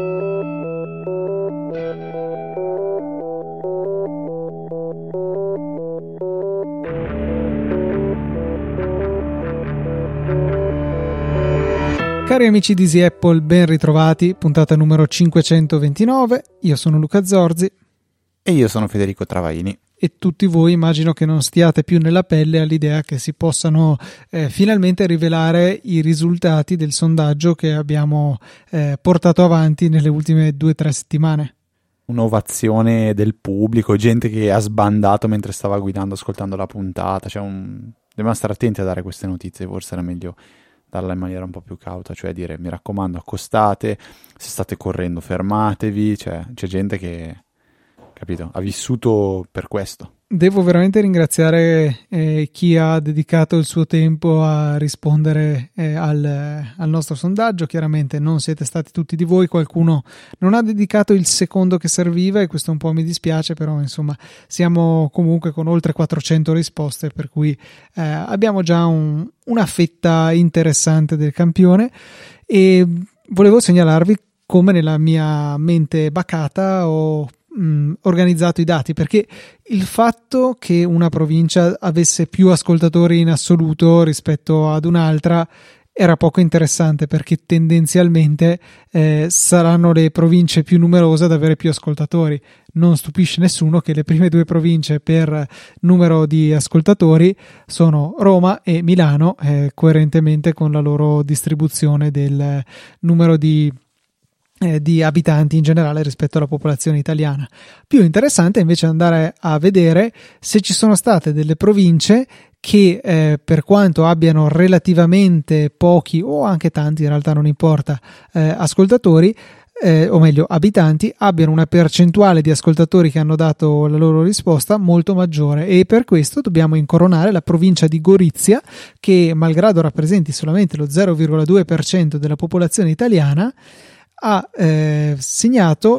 Cari amici di Easy Apple, ben ritrovati, puntata numero 529, io sono Luca Zorzi. E io sono Federico Travaini. E tutti voi immagino che non stiate più nella pelle all'idea che si possano finalmente rivelare i risultati del sondaggio che abbiamo portato avanti nelle ultime 2 o 3 settimane. Un'ovazione del pubblico, gente che ha sbandato mentre stava guidando, ascoltando la puntata. Dobbiamo stare attenti a dare queste notizie, forse era meglio darla in maniera un po' più cauta, cioè dire mi raccomando accostate, se state correndo fermatevi, c'è gente che, capito, ha vissuto per questo. Devo veramente ringraziare chi ha dedicato il suo tempo a rispondere al nostro sondaggio. Chiaramente non siete stati tutti di voi, qualcuno non ha dedicato il secondo che serviva e questo un po' mi dispiace, però insomma siamo comunque con oltre 400 risposte, per cui abbiamo già una fetta interessante del campione. E volevo segnalarvi come nella mia mente bacata ho organizzato i dati, perché il fatto che una provincia avesse più ascoltatori in assoluto rispetto ad un'altra era poco interessante, perché tendenzialmente saranno le province più numerose ad avere più ascoltatori. Non stupisce nessuno che le prime 2 province per numero di ascoltatori sono Roma e Milano, coerentemente con la loro distribuzione del numero di abitanti in generale rispetto alla popolazione italiana. Più interessante invece andare a vedere se ci sono state delle province che per quanto abbiano relativamente pochi o anche tanti, in realtà non importa, ascoltatori, o meglio abitanti, abbiano una percentuale di ascoltatori che hanno dato la loro risposta molto maggiore, e per questo dobbiamo incoronare la provincia di Gorizia, che malgrado rappresenti solamente lo 0,2% della popolazione italiana ha segnato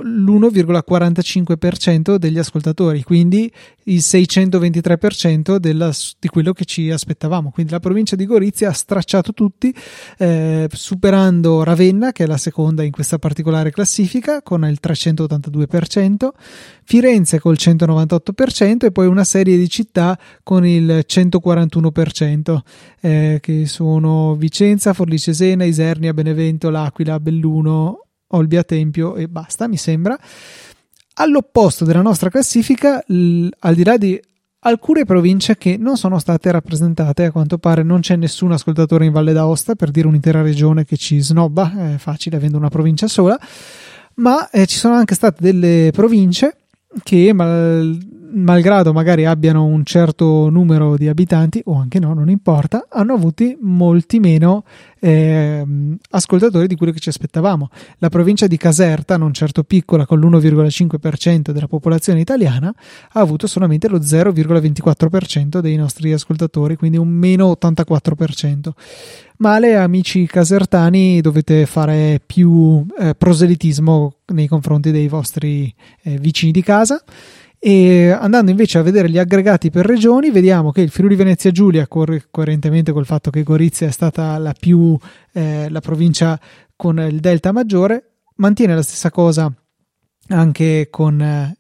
l'1,45% degli ascoltatori, quindi il 623% di quello che ci aspettavamo. Quindi la provincia di Gorizia ha stracciato tutti, superando Ravenna, che è la seconda in questa particolare classifica, con il 382%, Firenze col 198% e poi una serie di città con il 141%, che sono Vicenza, Forlì Cesena, Isernia, Benevento, L'Aquila, Belluno, Olbia Tempio e basta, mi sembra. All'opposto della nostra classifica, al di là di alcune province che non sono state rappresentate, a quanto pare non c'è nessun ascoltatore in Valle d'Aosta, per dire un'intera regione che ci snobba, è facile avendo una provincia sola, ma ci sono anche state delle province che malgrado magari abbiano un certo numero di abitanti, o anche no, non importa, hanno avuti molti meno ascoltatori di quello che ci aspettavamo. La provincia di Caserta, non certo piccola, con l'1,5% della popolazione italiana, ha avuto solamente lo 0,24% dei nostri ascoltatori, quindi un meno 84%. Male, amici casertani, dovete fare più proselitismo nei confronti dei vostri vicini di casa. E andando invece a vedere gli aggregati per regioni, vediamo che il Friuli Venezia Giulia, coerentemente col fatto che Gorizia è stata la provincia con il delta maggiore, mantiene la stessa cosa anche con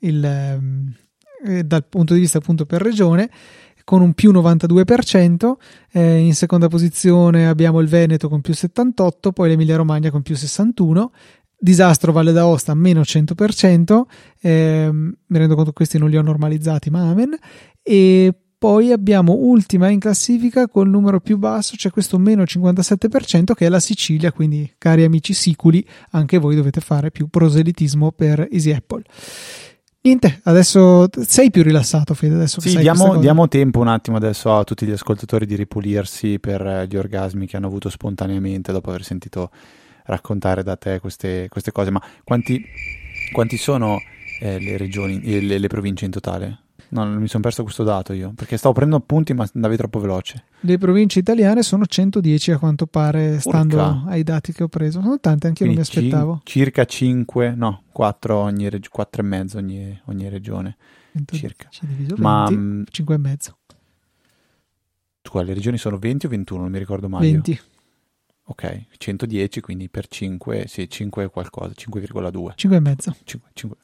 dal punto di vista appunto per regione, con un più 92%. In seconda posizione abbiamo il Veneto con più 78%, poi l'Emilia Romagna con più 61%. Disastro Valle d'Aosta meno 100%, mi rendo conto che questi non li ho normalizzati, ma amen. E poi abbiamo ultima in classifica col numero più basso, c'è questo meno 57%, che è la Sicilia. Quindi cari amici siculi, anche voi dovete fare più proselitismo per Easy Apple. Niente, adesso sei più rilassato, Fede, adesso che sì, sai diamo tempo un attimo adesso a tutti gli ascoltatori di ripulirsi per gli orgasmi che hanno avuto spontaneamente dopo aver sentito raccontare da te queste cose. Ma quanti sono le regioni, le province in totale? No, non mi sono perso questo dato io, perché stavo prendendo appunti ma andavi troppo veloce. Le province italiane sono 110 a quanto pare, stando ai dati che ho preso. Sono tante, anche io non mi aspettavo. Circa 4 ogni 4 e mezzo ogni regione. Circa. Diviso 20, 5 e mezzo. Le regioni sono 20 o 21? Non mi ricordo mai. 20. Io. Ok, 110, quindi per 5, sì, 5 qualcosa, 5,2. 5,5. 5.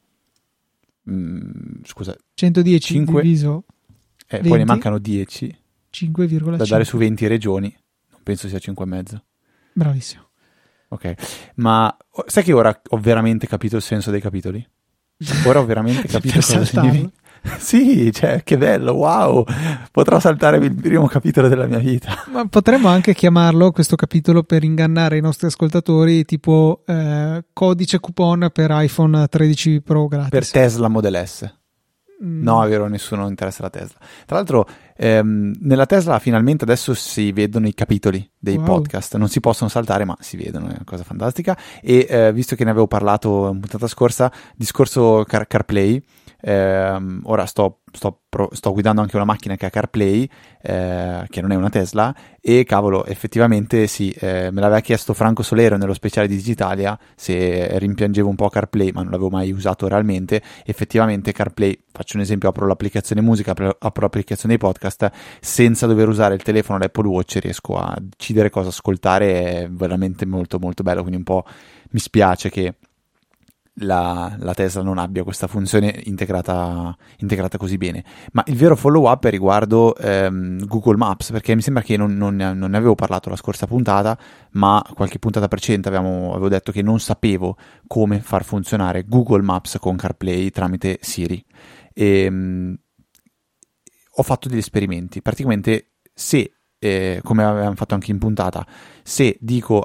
Scusa, 110 5, diviso poi ne 20, mancano 10 da dare su 5,5. 20 regioni, non penso sia 5,5. Bravissimo. Ok, ma sai che ora ho veramente capito il senso dei capitoli? Ora ho veramente capito Per cosa saltarlo. significa. Sì, cioè, che bello, wow! Potrò saltare il primo capitolo della mia vita. Ma potremmo anche chiamarlo questo capitolo per ingannare i nostri ascoltatori, tipo codice coupon per iPhone 13 Pro gratis. Per Tesla Model S. No, è vero, nessuno interessa la Tesla. Tra l'altro, nella Tesla finalmente adesso si vedono i capitoli dei Wow. podcast. Non si possono saltare, ma si vedono, è una cosa fantastica. E visto che ne avevo parlato in puntata scorsa, discorso CarPlay, ora sto guidando anche una macchina che ha CarPlay, che non è una Tesla, e cavolo, effettivamente sì, me l'aveva chiesto Franco Solero nello speciale di Digitalia se rimpiangevo un po' CarPlay, ma non l'avevo mai usato realmente. Effettivamente CarPlay, faccio un esempio, apro l'applicazione musica, apro l'applicazione dei podcast, senza dover usare il telefono, l'Apple Watch, riesco a decidere cosa ascoltare, è veramente molto molto bello, quindi un po' mi spiace che la Tesla non abbia questa funzione integrata così bene. Ma il vero follow up è riguardo Google Maps, perché mi sembra che non ne avevo parlato la scorsa puntata, ma qualche puntata precedente avevo detto che non sapevo come far funzionare Google Maps con CarPlay tramite Siri, e ho fatto degli esperimenti. Praticamente, se come avevamo fatto anche in puntata, se dico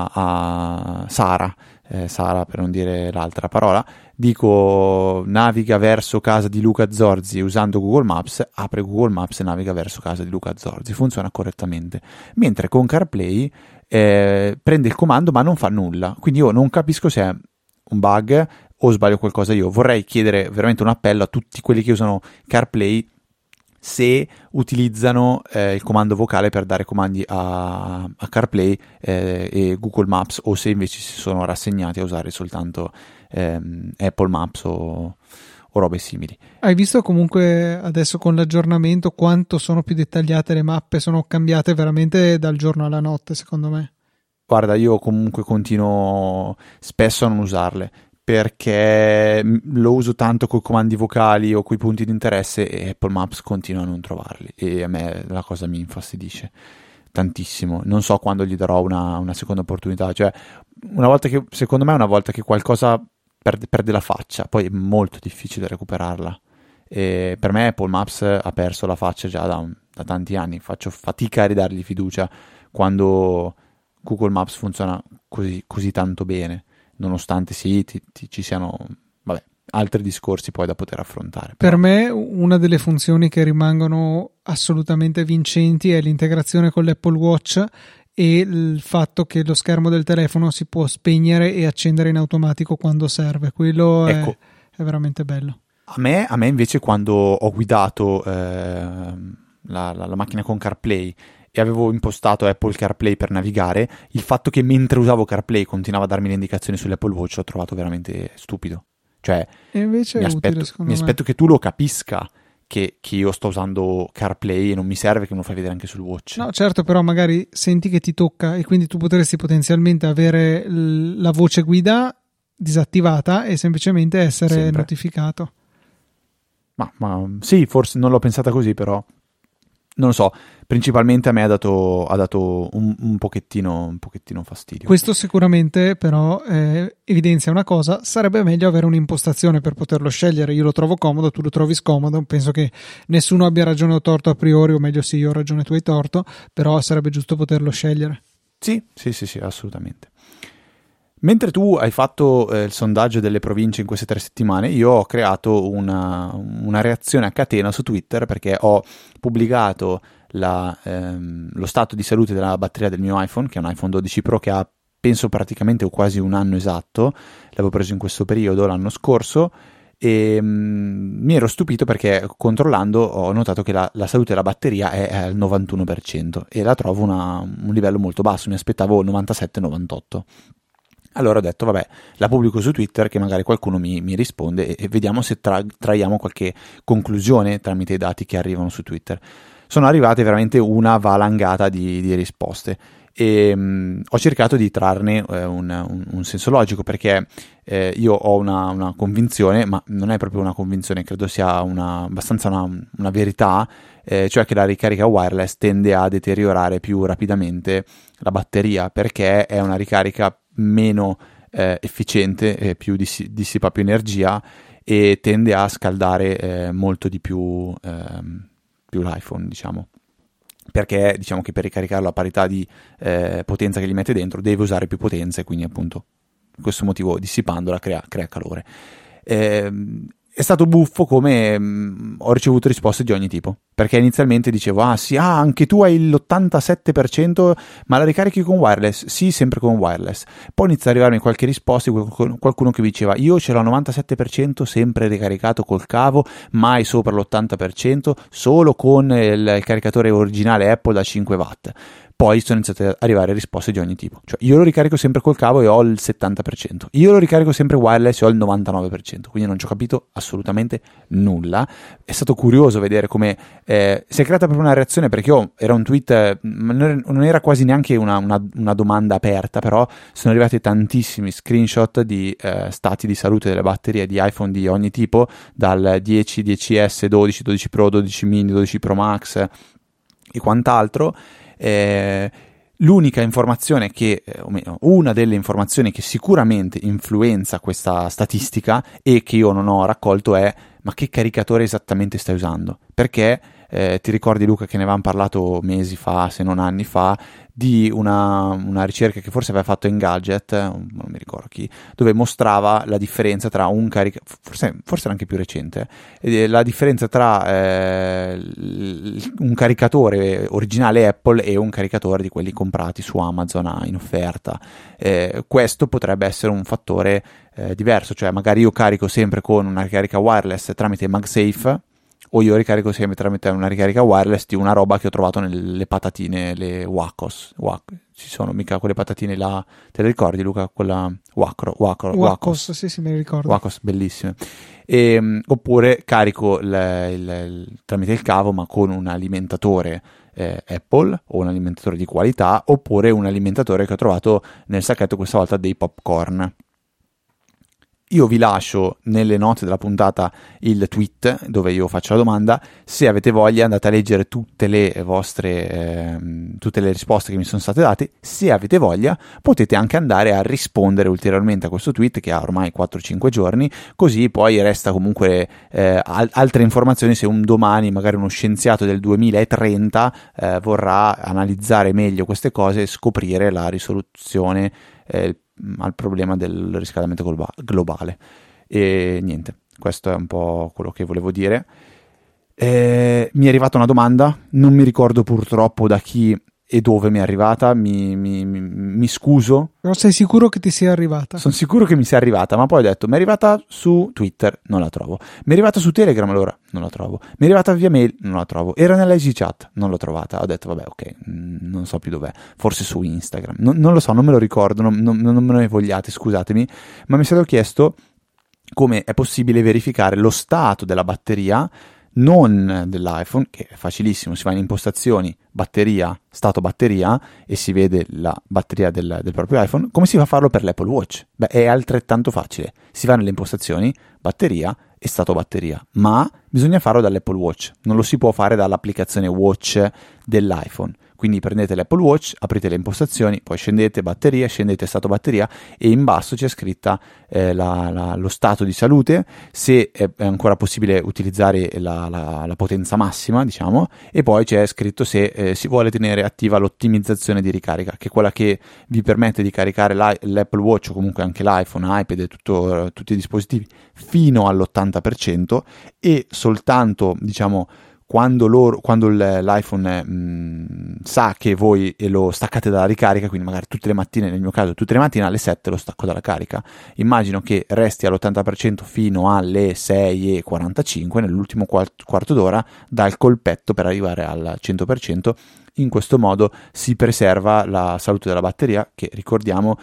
a Sara, per non dire l'altra parola, dico naviga verso casa di Luca Zorzi usando Google Maps, apre Google Maps e naviga verso casa di Luca Zorzi, funziona correttamente. Mentre con CarPlay prende il comando ma non fa nulla, quindi io non capisco se è un bug o sbaglio qualcosa io. Vorrei chiedere veramente un appello a tutti quelli che usano CarPlay se utilizzano il comando vocale per dare comandi a CarPlay e Google Maps, o se invece si sono rassegnati a usare soltanto Apple Maps o robe simili. Hai visto comunque adesso con l'aggiornamento quanto sono più dettagliate le mappe, sono cambiate veramente dal giorno alla notte, secondo me. Guarda, io comunque continuo spesso a non usarle, perché lo uso tanto con i comandi vocali o coi punti di interesse e Apple Maps continua a non trovarli, e a me la cosa mi infastidisce tantissimo. Non so quando gli darò una seconda opportunità, cioè secondo me una volta che qualcosa perde la faccia, poi è molto difficile recuperarla, e per me Apple Maps ha perso la faccia già da tanti anni. Faccio fatica a ridargli fiducia quando Google Maps funziona così tanto bene, nonostante sì, ci siano altri discorsi poi da poter affrontare. Per me una delle funzioni che rimangono assolutamente vincenti è l'integrazione con l'Apple Watch e il fatto che lo schermo del telefono si può spegnere e accendere in automatico quando serve. Quello ecco, è veramente bello. A me invece, quando ho guidato la macchina con CarPlay e avevo impostato Apple CarPlay per navigare, il fatto che mentre usavo CarPlay continuava a darmi le indicazioni sull'Apple Watch l'ho trovato veramente stupido. Cioè, e invece mi è utile, secondo me. aspetto che tu lo capisca che io sto usando CarPlay e non mi serve che me lo fai vedere anche sul Watch. No, certo, però magari senti che ti tocca e quindi tu potresti potenzialmente avere la voce guida disattivata e semplicemente essere Sempre notificato. Ma sì, forse non l'ho pensata così, però non lo so, principalmente a me ha dato un pochettino fastidio. Questo sicuramente però evidenzia una cosa: sarebbe meglio avere un'impostazione per poterlo scegliere. Io lo trovo comodo, tu lo trovi scomodo, penso che nessuno abbia ragione o torto a priori, o meglio sì, io ho ragione, tu hai torto, però sarebbe giusto poterlo scegliere. Sì, assolutamente. Mentre tu hai fatto il sondaggio delle province in queste 3 settimane, io ho creato una reazione a catena su Twitter, perché ho pubblicato lo stato di salute della batteria del mio iPhone, che è un iPhone 12 Pro che ha, penso, praticamente quasi un anno esatto. L'avevo preso in questo periodo, l'anno scorso, e mi ero stupito perché controllando ho notato che la salute della batteria è al 91% e la trovo un livello molto basso. Mi aspettavo 97-98. Allora ho detto, vabbè, la pubblico su Twitter, che magari qualcuno mi risponde e vediamo se traiamo qualche conclusione tramite i dati che arrivano su Twitter. Sono arrivate veramente una valangata di risposte, e ho cercato di trarne un senso logico, perché io ho una convinzione, ma non è proprio una convinzione, credo sia abbastanza una verità, cioè che la ricarica wireless tende a deteriorare più rapidamente la batteria, perché è una ricarica meno efficiente, dissipa più energia e tende a scaldare molto di più l'iPhone, diciamo. Perché diciamo che per ricaricarlo a parità di potenza che gli mette dentro deve usare più potenza, e quindi appunto per questo motivo dissipandola crea calore. È stato buffo come ho ricevuto risposte di ogni tipo, perché inizialmente dicevo anche tu hai l'87%, ma la ricarichi con wireless? Sì, sempre con wireless. Poi inizia ad arrivarmi qualche risposta di qualcuno che mi diceva io ce l'ho al 97% sempre ricaricato col cavo, mai sopra l'80%, solo con il caricatore originale Apple da 5 watt. Poi sono iniziate ad arrivare risposte di ogni tipo, cioè io lo ricarico sempre col cavo e ho il 70%, io lo ricarico sempre wireless e ho il 99%, quindi non ci ho capito assolutamente nulla. È stato curioso vedere come si è creata proprio una reazione, perché era un tweet, non era quasi neanche una domanda aperta, però sono arrivati tantissimi screenshot di stati di salute delle batterie di iPhone di ogni tipo, dal 10, 10S, 12, 12 Pro, 12 mini, 12 Pro Max e quant'altro. L'unica informazione o meno, una delle informazioni che sicuramente influenza questa statistica e che io non ho raccolto è: ma che caricatore esattamente stai usando? Perché ti ricordi, Luca, che ne avevamo parlato mesi fa, se non anni fa, di una ricerca che forse aveva fatto Engadget, non mi ricordo chi, dove mostrava la differenza tra forse era anche più recente, la differenza tra un caricatore originale Apple e un caricatore di quelli comprati su Amazon in offerta. Questo potrebbe essere un fattore diverso, cioè magari io carico sempre con una ricarica wireless tramite MagSafe, o io ricarico sempre tramite una ricarica wireless di una roba che ho trovato nelle patatine, le Wacos. Ci sono mica quelle patatine là, te le ricordi, Luca? Quella Wacos, sì, me le ricordo. Wacos, bellissime. Oppure carico tramite il cavo, ma con un alimentatore Apple, o un alimentatore di qualità, oppure un alimentatore che ho trovato nel sacchetto questa volta dei popcorn. Io vi lascio nelle note della puntata il tweet dove io faccio la domanda. Se avete voglia andate a leggere tutte le risposte che mi sono state date. Se avete voglia potete anche andare a rispondere ulteriormente a questo tweet, che ha ormai 4-5 giorni, così poi resta comunque altre informazioni se un domani magari uno scienziato del 2030 vorrà analizzare meglio queste cose e scoprire la risoluzione al problema del riscaldamento globale. E niente, questo è un po' quello che volevo dire. Mi è arrivata una domanda, non mi ricordo purtroppo da chi e dove mi è arrivata, mi scuso. Però sei sicuro che ti sia arrivata? Sono sicuro che mi sia arrivata, ma poi ho detto mi è arrivata su Twitter, non la trovo. Mi è arrivata su Telegram, allora non la trovo. Mi è arrivata via mail, non la trovo. Era nella EasyChat, non l'ho trovata. Ho detto vabbè, ok, non so più dov'è. Forse su Instagram, non lo so, non me lo ricordo, non me ne vogliate, scusatemi. Ma mi è stato chiesto come è possibile verificare lo stato della batteria, non dell'iPhone, che è facilissimo, si va in impostazioni, batteria, stato batteria, e si vede la batteria del proprio iPhone. Come si fa a farlo per l'Apple Watch? Beh, è altrettanto facile, si va nelle impostazioni, batteria e stato batteria, ma bisogna farlo dall'Apple Watch, non lo si può fare dall'applicazione Watch dell'iPhone. Quindi prendete l'Apple Watch, aprite le impostazioni, poi scendete batteria, scendete stato batteria, e in basso c'è scritta lo stato di salute, se è ancora possibile utilizzare la potenza massima, diciamo, e poi c'è scritto se si vuole tenere attiva l'ottimizzazione di ricarica, che è quella che vi permette di caricare l'Apple Watch, o comunque anche l'iPhone, iPad e tutti i dispositivi fino all'80%, e soltanto, diciamo, quando l'iPhone sa che voi lo staccate dalla ricarica, quindi magari tutte le mattine, nel mio caso tutte le mattine alle 7 lo stacco dalla carica, immagino che resti all'80% fino alle 6:45, nell'ultimo quarto d'ora dà il colpetto per arrivare al 100%. In questo modo si preserva la salute della batteria, che ricordiamo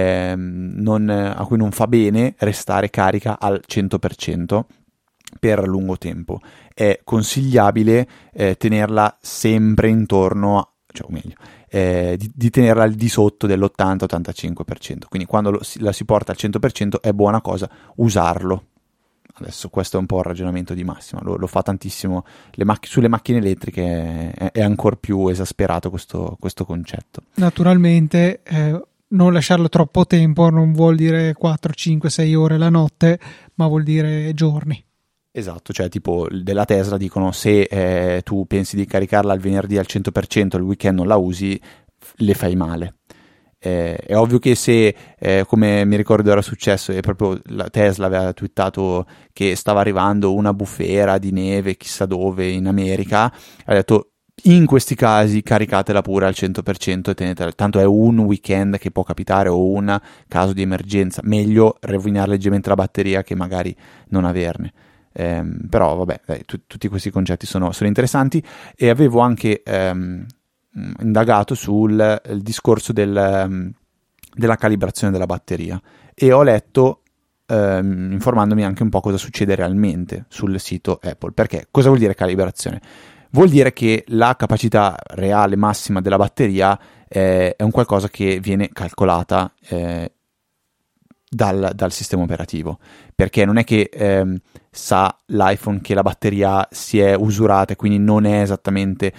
a cui non fa bene restare carica al 100% per lungo tempo. È consigliabile tenerla sempre intorno o meglio, di tenerla al di sotto dell'80-85%. Quindi quando la si porta al 100% è buona cosa usarlo. Adesso questo è un po' il ragionamento di Massima, lo fa tantissimo sulle macchine elettriche, è ancora più esasperato questo concetto. Naturalmente non lasciarlo troppo tempo non vuol dire 4, 5, 6 ore la notte, ma vuol dire giorni. Esatto, cioè tipo della Tesla dicono se tu pensi di caricarla il venerdì al 100% il weekend non la usi, le fai male. È ovvio che se, come mi ricordo era successo, e proprio la Tesla aveva twittato che stava arrivando una bufera di neve chissà dove in America, ha detto in questi casi caricatela pure al 100% e tenetela, tanto è un weekend che può capitare o un caso di emergenza, meglio rovinare leggermente la batteria che magari non averne. Però vabbè, tutti questi concetti sono interessanti, e avevo anche indagato sul discorso della calibrazione della batteria, e ho letto, informandomi anche un po' cosa succede realmente sul sito Apple. Perché cosa vuol dire calibrazione? Vuol dire che la capacità reale massima della batteria è un qualcosa che viene calcolata dal sistema operativo, perché non è che sa l'iPhone che la batteria si è usurata e quindi non è esattamente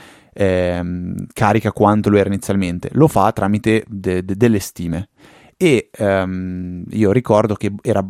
carica quanto lo era inizialmente, lo fa tramite delle stime, e io ricordo che era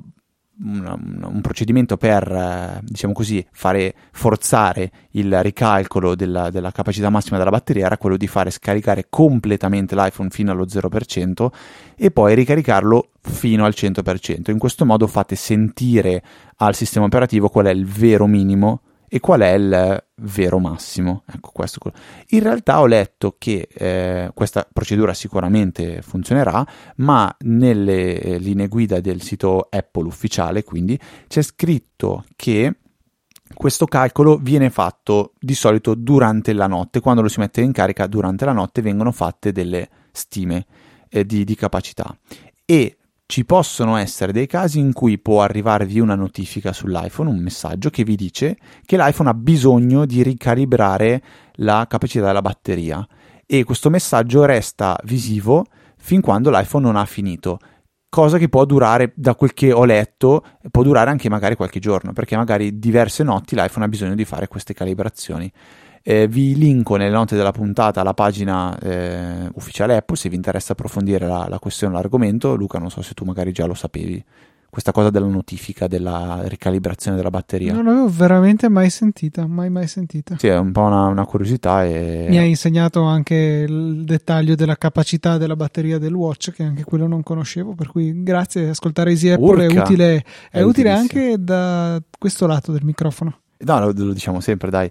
un procedimento per diciamo così forzare il ricalcolo della capacità massima della batteria, era quello di fare scaricare completamente l'iPhone fino allo 0% e poi ricaricarlo fino al 100%. In questo modo fate sentire al sistema operativo qual è il vero minimo e qual è il vero massimo. Ecco, questo. In realtà ho letto che questa procedura sicuramente funzionerà, ma nelle linee guida del sito Apple ufficiale, quindi, c'è scritto che questo calcolo viene fatto di solito durante la notte. Quando lo si mette in carica durante la notte vengono fatte delle stime di capacità, e ci possono essere dei casi in cui può arrivarvi una notifica sull'iPhone, un messaggio che vi dice che l'iPhone ha bisogno di ricalibrare la capacità della batteria, e questo messaggio resta visivo fin quando l'iPhone non ha finito, cosa che può durare, da quel che ho letto, può durare anche magari qualche giorno, perché magari diverse notti l'iPhone ha bisogno di fare queste calibrazioni. Vi linko nelle note della puntata la pagina ufficiale Apple se vi interessa approfondire la questione, l'argomento. Luca, non so se tu magari già lo sapevi, questa cosa della notifica della ricalibrazione della batteria. Non l'avevo veramente mai sentita. Sì, è un po' una curiosità. Mi hai insegnato anche il dettaglio della capacità della batteria del Watch, che anche quello non conoscevo, per cui grazie. Ascoltare Easy Apple è utile anche da questo lato del microfono. No, lo diciamo sempre, dai.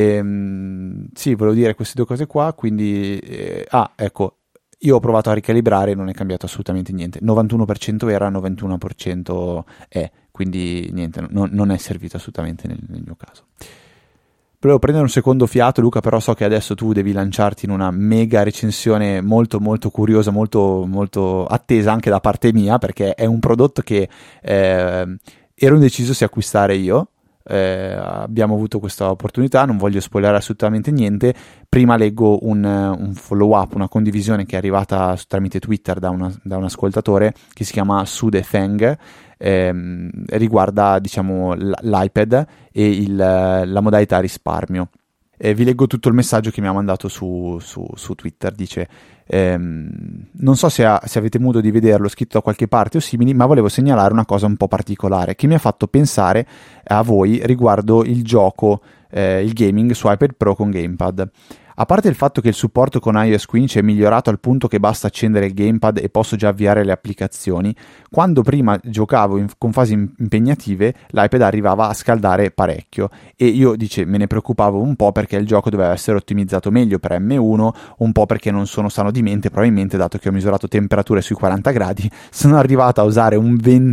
Sì, volevo dire queste due cose qua, quindi ecco, io ho provato a ricalibrare e non è cambiato assolutamente niente. 91% era, 91% è, quindi niente, non è servito assolutamente nel mio caso. Volevo prendere un secondo fiato, Luca, però so che adesso tu devi lanciarti in una mega recensione molto molto curiosa, molto molto attesa anche da parte mia, perché è un prodotto che ero indeciso se acquistare io. Abbiamo avuto questa opportunità, non voglio spoilerare assolutamente niente. Prima leggo un follow up, una condivisione che è arrivata tramite Twitter da un ascoltatore che si chiama Sude Feng, riguarda diciamo l'iPad e la modalità risparmio. Vi leggo tutto il messaggio che mi ha mandato su Twitter. Dice: non so se avete modo di vederlo scritto da qualche parte o simili, ma volevo segnalare una cosa un po' particolare che mi ha fatto pensare a voi riguardo il gioco, il gaming su iPad Pro con Gamepad. A parte il fatto che il supporto con iOS 15 è migliorato al punto che basta accendere il gamepad e posso già avviare le applicazioni, quando prima giocavo con fasi impegnative l'iPad arrivava a scaldare parecchio, e io me ne preoccupavo un po' perché il gioco doveva essere ottimizzato meglio per M1, un po' perché non sono sano di mente, probabilmente, dato che ho misurato temperature sui 40 gradi, sono arrivato a usare un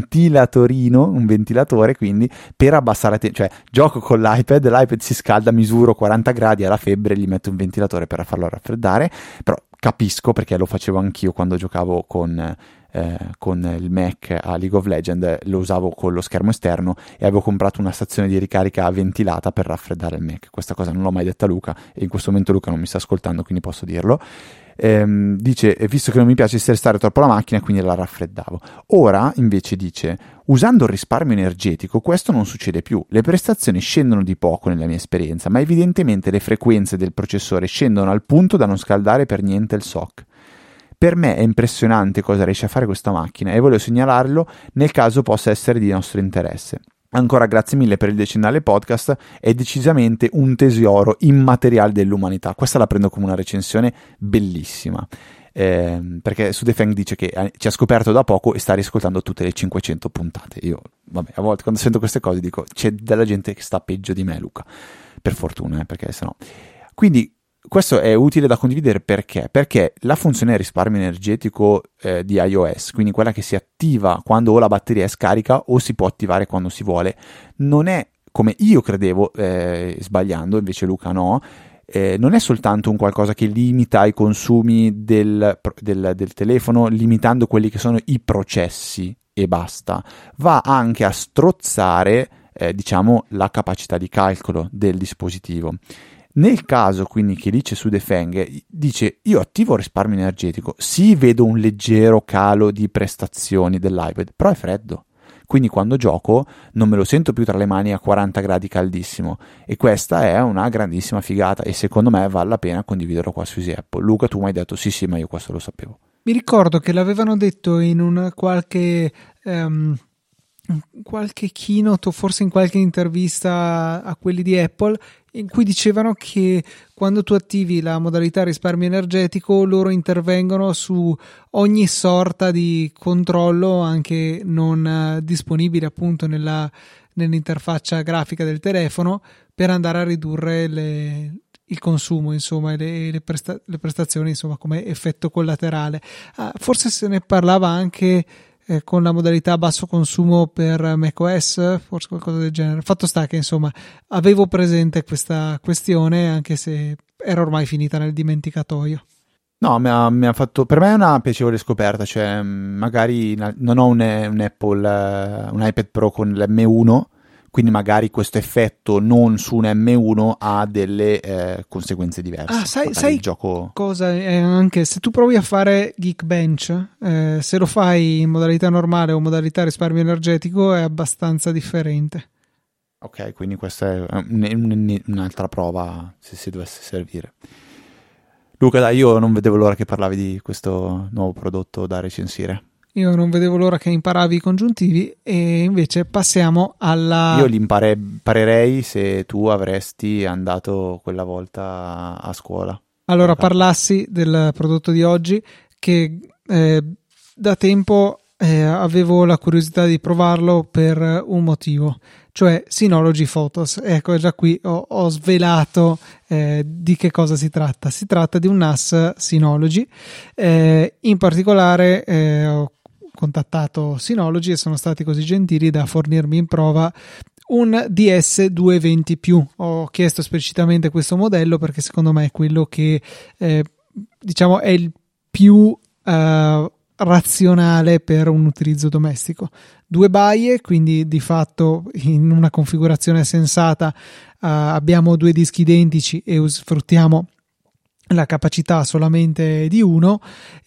ventilatore, quindi per abbassare cioè gioco con l'iPad si scalda, misuro 40 gradi, alla febbre, gli metto un ventilatore per farlo raffreddare. Però capisco, perché lo facevo anch'io quando giocavo con con il Mac a League of Legends, lo usavo con lo schermo esterno e avevo comprato una stazione di ricarica ventilata per raffreddare il Mac. Questa cosa non l'ho mai detta a Luca e in questo momento Luca non mi sta ascoltando, quindi posso dirlo. Dice, visto che non mi piace stressare troppo la macchina, quindi la raffreddavo. Ora invece dice, usando il risparmio energetico questo non succede più, le prestazioni scendono di poco nella mia esperienza, ma evidentemente le frequenze del processore scendono al punto da non scaldare per niente il SoC. Per me è impressionante cosa riesce a fare questa macchina e volevo segnalarlo nel caso possa essere di nostro interesse. Ancora grazie mille per il decennale podcast, è decisamente un tesoro immateriale dell'umanità. Questa la prendo come una recensione bellissima, perché su The Fang dice che ci ha scoperto da poco e sta riscoltando tutte le 500 puntate. Io, vabbè, a volte quando sento queste cose dico, c'è della gente che sta peggio di me, Luca, per fortuna, perché sennò... Quindi questo è utile da condividere perché la funzione risparmio energetico di iOS, quindi quella che si attiva quando o la batteria è scarica o si può attivare quando si vuole, non è come io credevo, sbagliando, invece Luca no, non è soltanto un qualcosa che limita i consumi del telefono, limitando quelli che sono i processi e basta, va anche a strozzare diciamo la capacità di calcolo del dispositivo. Nel caso quindi che dice su The Fang, dice io attivo il risparmio energetico, sì vedo un leggero calo di prestazioni dell'iPad, però è freddo, quindi quando gioco non me lo sento più tra le mani a 40 gradi caldissimo e questa è una grandissima figata e secondo me vale la pena condividerlo qua su Easy Apple. Luca, tu mi hai detto sì ma io questo lo sapevo. Mi ricordo che l'avevano detto in un qualche keynote o forse in qualche intervista a quelli di Apple, in cui dicevano che quando tu attivi la modalità risparmio energetico loro intervengono su ogni sorta di controllo anche non disponibile appunto nell'interfaccia grafica del telefono per andare a ridurre il consumo, insomma, e le prestazioni, insomma, come effetto collaterale. Forse se ne parlava anche con la modalità basso consumo per macOS, forse qualcosa del genere. Fatto sta che insomma avevo presente questa questione anche se era ormai finita nel dimenticatoio. No, mi ha fatto, per me è una piacevole scoperta, cioè magari non ho un Apple, un iPad Pro con l'M1, quindi magari questo effetto non su un M1 ha delle conseguenze diverse. Sai il gioco... cosa? Anche se tu provi a fare Geekbench, se lo fai in modalità normale o modalità risparmio energetico è abbastanza differente. Ok, quindi questa è un'altra prova se dovesse servire. Luca, dai, io non vedevo l'ora che parlavi di questo nuovo prodotto da recensire. Io non vedevo l'ora che imparavi i congiuntivi e invece passiamo alla... Io li imparerei se tu avresti andato quella volta a scuola. Allora parlassi del prodotto di oggi che da tempo avevo la curiosità di provarlo per un motivo, cioè Synology Photos. Ecco, già qui ho svelato di che cosa si tratta. Si tratta di un NAS Synology, in particolare ho contattato Synology e sono stati così gentili da fornirmi in prova un DS220+. Ho chiesto esplicitamente questo modello perché secondo me è quello che diciamo è il più razionale per un utilizzo domestico. 2 baie, quindi di fatto in una configurazione sensata abbiamo 2 dischi identici e sfruttiamo la capacità solamente di uno,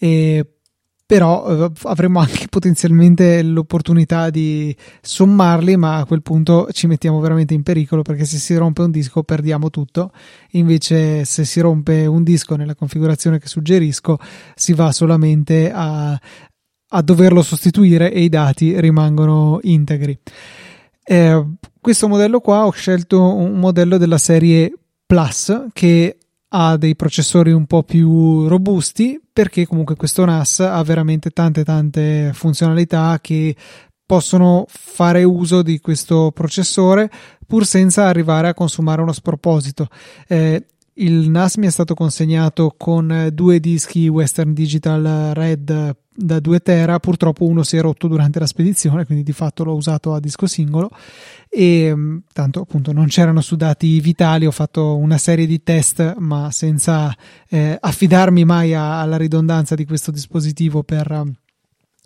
però avremo anche potenzialmente l'opportunità di sommarli, ma a quel punto ci mettiamo veramente in pericolo perché se si rompe un disco perdiamo tutto. Invece se si rompe un disco nella configurazione che suggerisco si va solamente a doverlo sostituire e i dati rimangono integri. Questo modello qua ho scelto un modello della serie Plus che ha dei processori un po' più robusti perché comunque questo NAS ha veramente tante funzionalità che possono fare uso di questo processore pur senza arrivare a consumare uno sproposito. Il NAS mi è stato consegnato con 2 dischi Western Digital Red da 2 tera, purtroppo uno si è rotto durante la spedizione, quindi di fatto l'ho usato a disco singolo e tanto appunto non c'erano su dati vitali. Ho fatto una serie di test ma senza affidarmi mai alla ridondanza di questo dispositivo per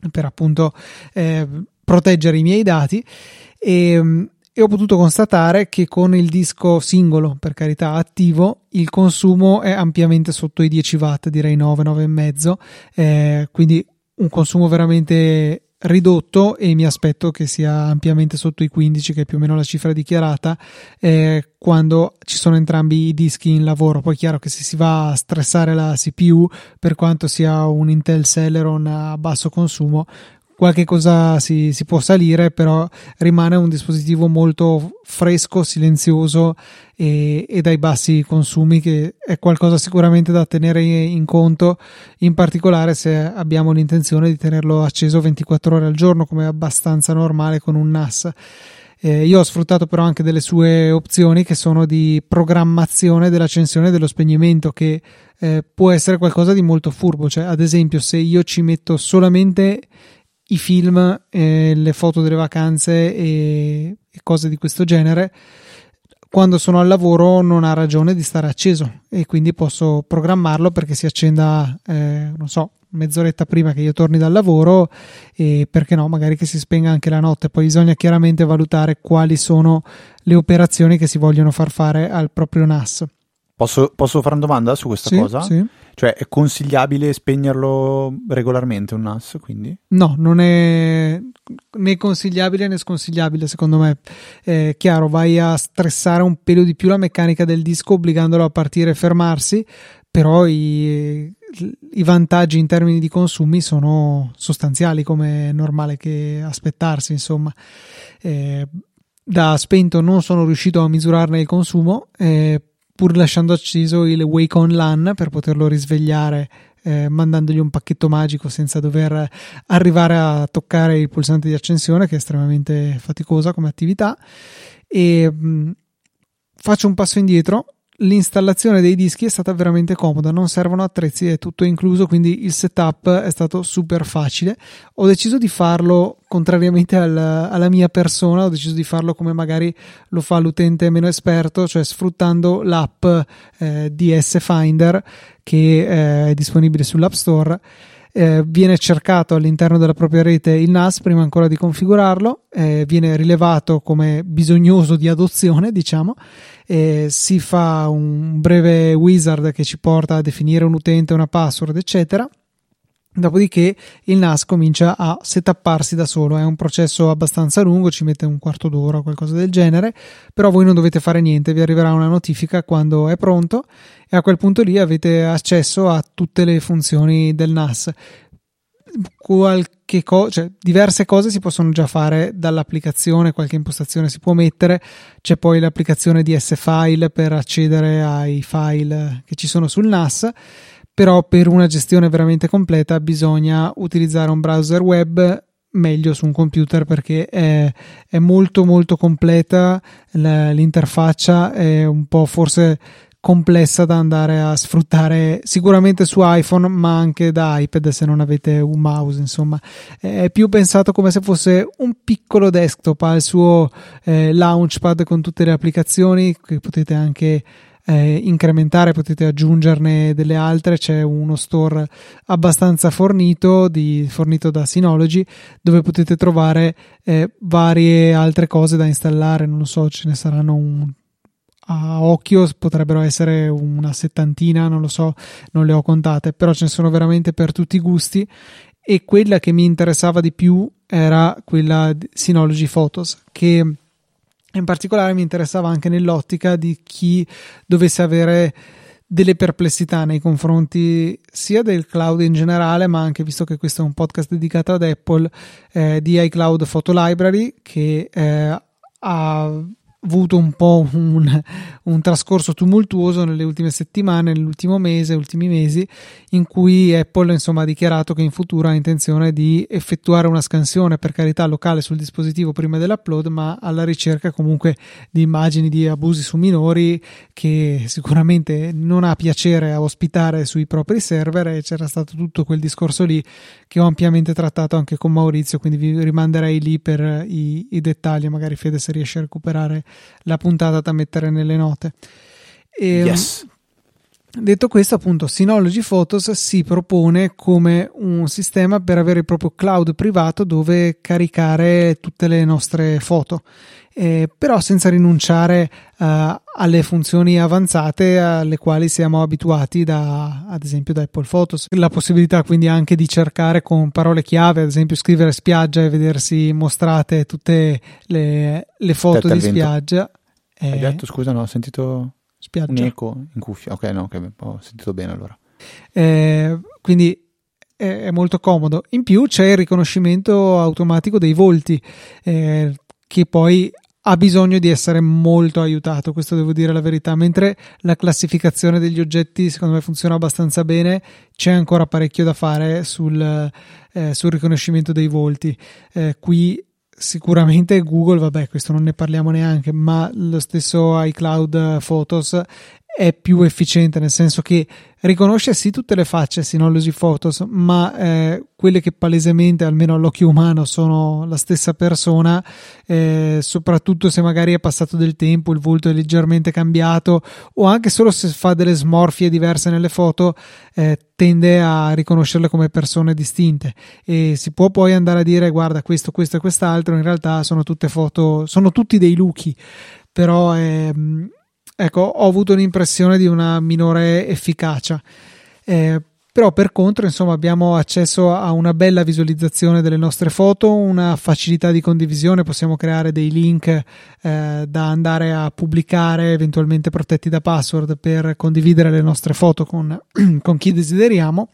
per appunto proteggere i miei dati, e ho potuto constatare che con il disco singolo, per carità, attivo, il consumo è ampiamente sotto i 10 watt, direi 9, 9,5, quindi un consumo veramente ridotto, e mi aspetto che sia ampiamente sotto i 15, che è più o meno la cifra dichiarata, quando ci sono entrambi i dischi in lavoro. Poi è chiaro che se si va a stressare la CPU, per quanto sia un Intel Celeron a basso consumo, qualche cosa si può salire, però rimane un dispositivo molto fresco, silenzioso e dai bassi consumi, che è qualcosa sicuramente da tenere in conto, in particolare se abbiamo l'intenzione di tenerlo acceso 24 ore al giorno, come è abbastanza normale con un NAS. Io ho sfruttato però anche delle sue opzioni, che sono di programmazione dell'accensione e dello spegnimento, che può essere qualcosa di molto furbo. Cioè, ad esempio, se io ci metto solamente i film, le foto delle vacanze e cose di questo genere, quando sono al lavoro non ha ragione di stare acceso, e quindi posso programmarlo perché si accenda non so, mezz'oretta prima che io torni dal lavoro, e perché no, magari che si spenga anche la notte. Poi bisogna chiaramente valutare quali sono le operazioni che si vogliono far fare al proprio NAS. Posso fare una domanda su questa cosa? Sì. Cioè, è consigliabile spegnerlo regolarmente un NAS, quindi? No, non è né consigliabile né sconsigliabile, secondo me. Chiaro, vai a stressare un pelo di più la meccanica del disco, obbligandolo a partire e fermarsi, però i vantaggi in termini di consumi sono sostanziali, come è normale che aspettarsi, insomma. Da spento non sono riuscito a misurarne il consumo, pur lasciando acceso il Wake On LAN per poterlo risvegliare, mandandogli un pacchetto magico senza dover arrivare a toccare il pulsante di accensione, che è estremamente faticosa come attività. E faccio un passo indietro. L'installazione dei dischi è stata veramente comoda, non servono attrezzi, è tutto incluso, quindi il setup è stato super facile. Ho deciso di farlo contrariamente alla mia persona, ho deciso di farlo come magari lo fa l'utente meno esperto, cioè sfruttando l'app di S-Finder, che è disponibile sull'App Store. Viene cercato all'interno della propria rete il NAS prima ancora di configurarlo, viene rilevato come bisognoso di adozione, diciamo, si fa un breve wizard che ci porta a definire un utente, una password, eccetera. Dopodiché il NAS comincia a setapparsi da solo. È un processo abbastanza lungo, ci mette un quarto d'ora o qualcosa del genere, però voi non dovete fare niente, vi arriverà una notifica quando è pronto, e a quel punto lì avete accesso a tutte le funzioni del NAS. Cioè, diverse cose si possono già fare dall'applicazione, qualche impostazione si può mettere. C'è poi l'applicazione di S-File per accedere ai file che ci sono sul NAS, però per una gestione veramente completa bisogna utilizzare un browser web, meglio su un computer, perché è molto molto completa l'interfaccia, è un po' forse complessa da andare a sfruttare sicuramente su iPhone, ma anche da iPad se non avete un mouse. Insomma, è più pensato come se fosse un piccolo desktop, ha il suo launchpad con tutte le applicazioni che potete anche incrementare, potete aggiungerne delle altre. C'è uno store abbastanza fornito da Synology, dove potete trovare varie altre cose da installare. Non lo so, ce ne saranno a occhio potrebbero essere una settantina, non lo so, non le ho contate, però ce ne sono veramente per tutti i gusti, e quella che mi interessava di più era quella di Synology Photos, che in particolare mi interessava anche nell'ottica di chi dovesse avere delle perplessità nei confronti sia del cloud in generale, ma anche, visto che questo è un podcast dedicato ad Apple, di iCloud Photo Library, che ha avuto un po' un trascorso tumultuoso nelle ultime settimane, nell'ultimo mese, ultimi mesi, in cui Apple insomma ha dichiarato che in futuro ha intenzione di effettuare una scansione, per carità locale, sul dispositivo prima dell'upload, ma alla ricerca comunque di immagini di abusi su minori, che sicuramente non ha piacere a ospitare sui propri server. E c'era stato tutto quel discorso lì che ho ampiamente trattato anche con Maurizio, quindi vi rimanderei lì per i dettagli. Magari Fede, se riesce a recuperare la puntata da mettere nelle note. Yes. Detto questo, appunto, Synology Photos si propone come un sistema per avere il proprio cloud privato dove caricare tutte le nostre foto, però senza rinunciare alle funzioni avanzate alle quali siamo abituati ad esempio da Apple Photos. La possibilità quindi anche di cercare con parole chiave, ad esempio scrivere spiaggia e vedersi mostrate tutte le foto di spiaggia. Hai detto, scusa, no, ho sentito... Spiaggia. Un eco in cuffia, ok, no, ho sentito bene allora. Quindi è molto comodo. In più c'è il riconoscimento automatico dei volti, che poi ha bisogno di essere molto aiutato, questo devo dire la verità, mentre la classificazione degli oggetti secondo me funziona abbastanza bene, c'è ancora parecchio da fare sul riconoscimento dei volti. Qui sicuramente Google, vabbè, questo non ne parliamo neanche, ma lo stesso iCloud Photos è più efficiente, nel senso che riconosce sì tutte le facce Synology Photos, ma quelle che palesemente, almeno all'occhio umano, sono la stessa persona, soprattutto se magari è passato del tempo, il volto è leggermente cambiato, o anche solo se fa delle smorfie diverse nelle foto, tende a riconoscerle come persone distinte. E si può poi andare a dire guarda questo e quest'altro, in realtà sono tutte foto, sono tutti dei luchi, però ecco, ho avuto un'impressione di una minore efficacia, però per contro insomma abbiamo accesso a una bella visualizzazione delle nostre foto, una facilità di condivisione, possiamo creare dei link da andare a pubblicare, eventualmente protetti da password, per condividere le nostre foto con chi desideriamo.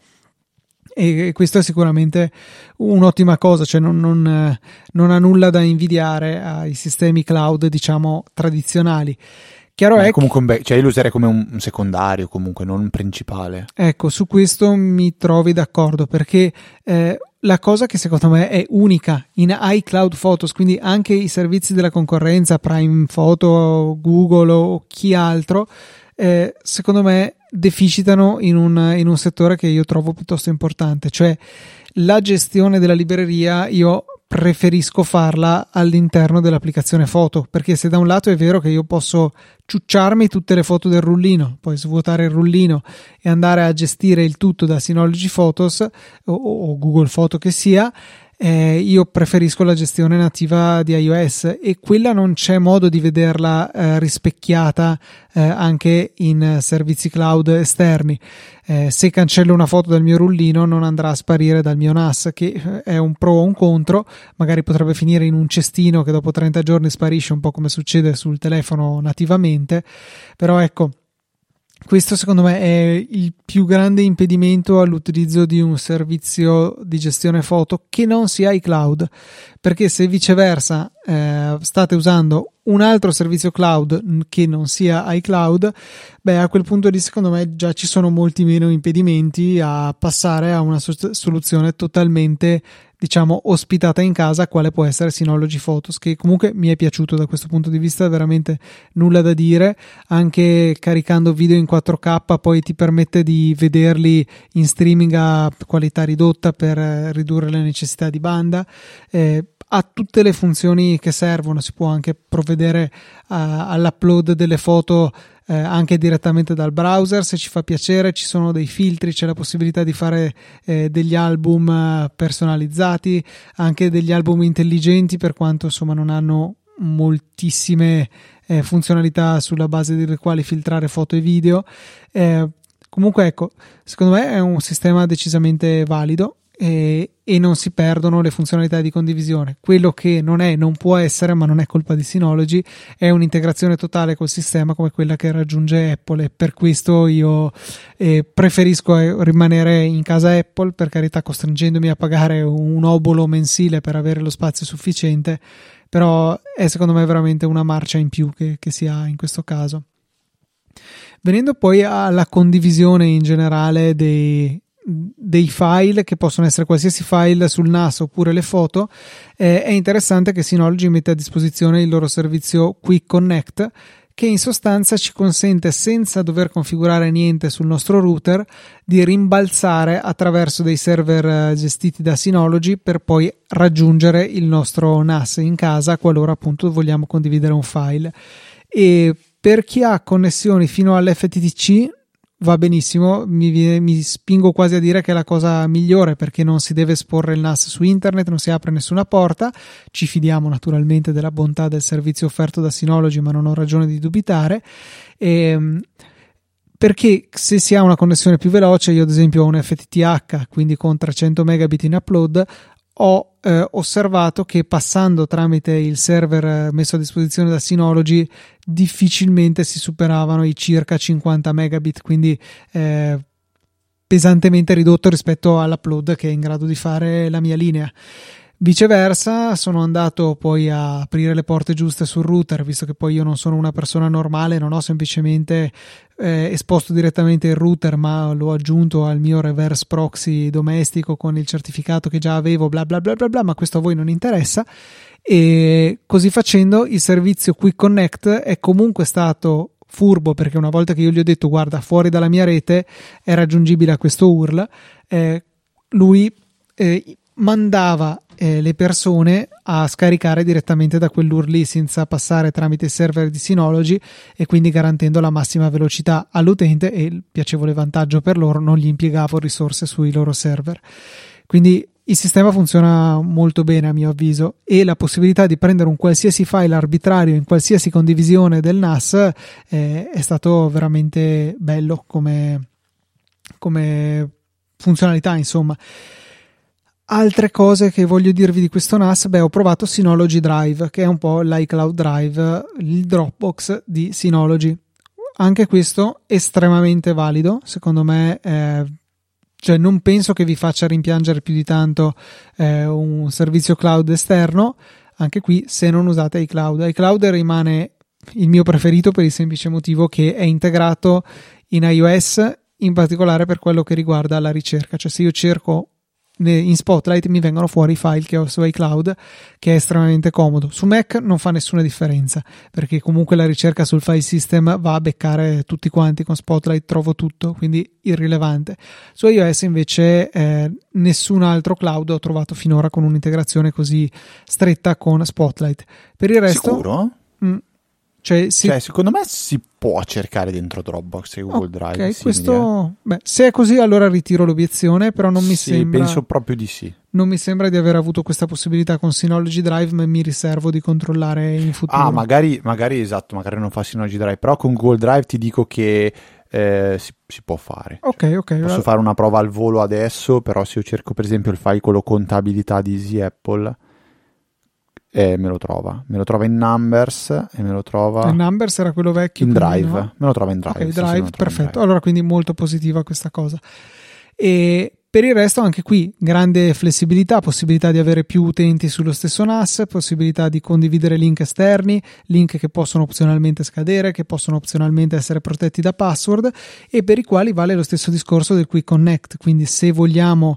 E questo è sicuramente un'ottima cosa, cioè non ha nulla da invidiare ai sistemi cloud, diciamo, tradizionali. Chiaro è comunque cioè io lo userei come un secondario, comunque non un principale. Ecco, su questo mi trovi d'accordo, perché la cosa che secondo me è unica in iCloud Photos, quindi anche i servizi della concorrenza, Prime Photo, Google o chi altro, secondo me deficitano in un settore che io trovo piuttosto importante, cioè la gestione della libreria. Io preferisco farla all'interno dell'applicazione foto, perché se da un lato è vero che io posso ciucciarmi tutte le foto del rullino, poi svuotare il rullino e andare a gestire il tutto da Synology Photos o Google Photo che sia, io preferisco la gestione nativa di iOS, e quella non c'è modo di vederla rispecchiata anche in servizi cloud esterni. Se cancello una foto dal mio rullino non andrà a sparire dal mio NAS, che è un pro o un contro, magari potrebbe finire in un cestino che dopo 30 giorni sparisce, un po' come succede sul telefono nativamente. Però ecco, questo secondo me è il più grande impedimento all'utilizzo di un servizio di gestione foto che non sia iCloud, perché se viceversa state usando un altro servizio cloud che non sia iCloud, a quel punto lì secondo me già ci sono molti meno impedimenti a passare a una soluzione totalmente, diciamo, ospitata in casa, quale può essere Synology Photos, che comunque mi è piaciuto da questo punto di vista, veramente nulla da dire. Anche caricando video in 4K poi ti permette di vederli in streaming a qualità ridotta per ridurre le necessità di banda. Ha tutte le funzioni che servono, si può anche provvedere all'upload delle foto anche direttamente dal browser se ci fa piacere. Ci sono dei filtri, c'è la possibilità di fare degli album personalizzati, anche degli album intelligenti, per quanto insomma non hanno moltissime funzionalità sulla base delle quali filtrare foto e video. Comunque ecco, secondo me è un sistema decisamente valido e non si perdono le funzionalità di condivisione. Quello che non può essere, ma non è colpa di Synology, è un'integrazione totale col sistema come quella che raggiunge Apple, e per questo io preferisco rimanere in casa Apple, per carità, costringendomi a pagare un obolo mensile per avere lo spazio sufficiente, però è secondo me veramente una marcia in più che si ha in questo caso. Venendo poi alla condivisione in generale dei file, che possono essere qualsiasi file sul NAS oppure le foto, è interessante che Synology mette a disposizione il loro servizio Quick Connect, che in sostanza ci consente, senza dover configurare niente sul nostro router, di rimbalzare attraverso dei server gestiti da Synology per poi raggiungere il nostro NAS in casa qualora appunto vogliamo condividere un file. E per chi ha connessioni fino all'FTTC, va benissimo, mi spingo quasi a dire che è la cosa migliore, perché non si deve esporre il NAS su internet, non si apre nessuna porta, ci fidiamo naturalmente della bontà del servizio offerto da Synology, ma non ho ragione di dubitare, perché se si ha una connessione più veloce, io ad esempio ho un FTTH, quindi con 300 megabit in upload, ho osservato che passando tramite il server messo a disposizione da Synology difficilmente si superavano i circa 50 megabit, quindi pesantemente ridotto rispetto all'upload che è in grado di fare la mia linea. Viceversa, sono andato poi a aprire le porte giuste sul router, visto che poi io non sono una persona normale, non ho semplicemente esposto direttamente il router, ma l'ho aggiunto al mio reverse proxy domestico con il certificato che già avevo, bla bla bla bla bla, ma questo a voi non interessa. E così facendo il servizio Quick Connect è comunque stato furbo, perché una volta che io gli ho detto guarda, fuori dalla mia rete è raggiungibile a questo URL, lui mandava le persone a scaricare direttamente da quell'URL lì senza passare tramite il server di Synology, e quindi garantendo la massima velocità all'utente, e il piacevole vantaggio per loro, non gli impiegavo risorse sui loro server. Quindi il sistema funziona molto bene a mio avviso, e la possibilità di prendere un qualsiasi file arbitrario in qualsiasi condivisione del NAS è stato veramente bello come funzionalità, insomma. Altre cose che voglio dirvi di questo NAS, ho provato Synology Drive, che è un po' l'iCloud Drive, il Dropbox di Synology. Anche questo estremamente valido, secondo me, cioè non penso che vi faccia rimpiangere più di tanto un servizio cloud esterno. Anche qui, se non usate iCloud, iCloud rimane il mio preferito per il semplice motivo che è integrato in iOS, in particolare per quello che riguarda la ricerca. Cioè se io cerco in Spotlight mi vengono fuori i file che ho su iCloud, che è estremamente comodo. Su Mac non fa nessuna differenza, perché comunque la ricerca sul file system va a beccare tutti quanti, con Spotlight trovo tutto, quindi irrilevante. Su iOS invece nessun altro cloud ho trovato finora con un'integrazione così stretta con Spotlight. Per il resto sicuro? Cioè, secondo me si può cercare dentro Dropbox e Google Drive. Questo, se è così allora ritiro l'obiezione, però non mi sembra. Penso proprio di sì. Non mi sembra di aver avuto questa possibilità con Synology Drive, ma mi riservo di controllare in futuro. Magari esatto, magari non fa Synology Drive, però con Google Drive ti dico che si può fare. Ok. Posso fare una prova al volo adesso, però se io cerco per esempio il file con la contabilità di Easy Apple, me lo trova in Numbers e me lo trova in Numbers, era quello vecchio in Drive, no? Me lo trova in Drive. Ok, Drive, sì, perfetto. Drive. Allora quindi molto positiva questa cosa. E per il resto anche qui grande flessibilità, possibilità di avere più utenti sullo stesso NAS, possibilità di condividere link esterni, link che possono opzionalmente scadere, che possono opzionalmente essere protetti da password, e per i quali vale lo stesso discorso del Quick Connect. Quindi se vogliamo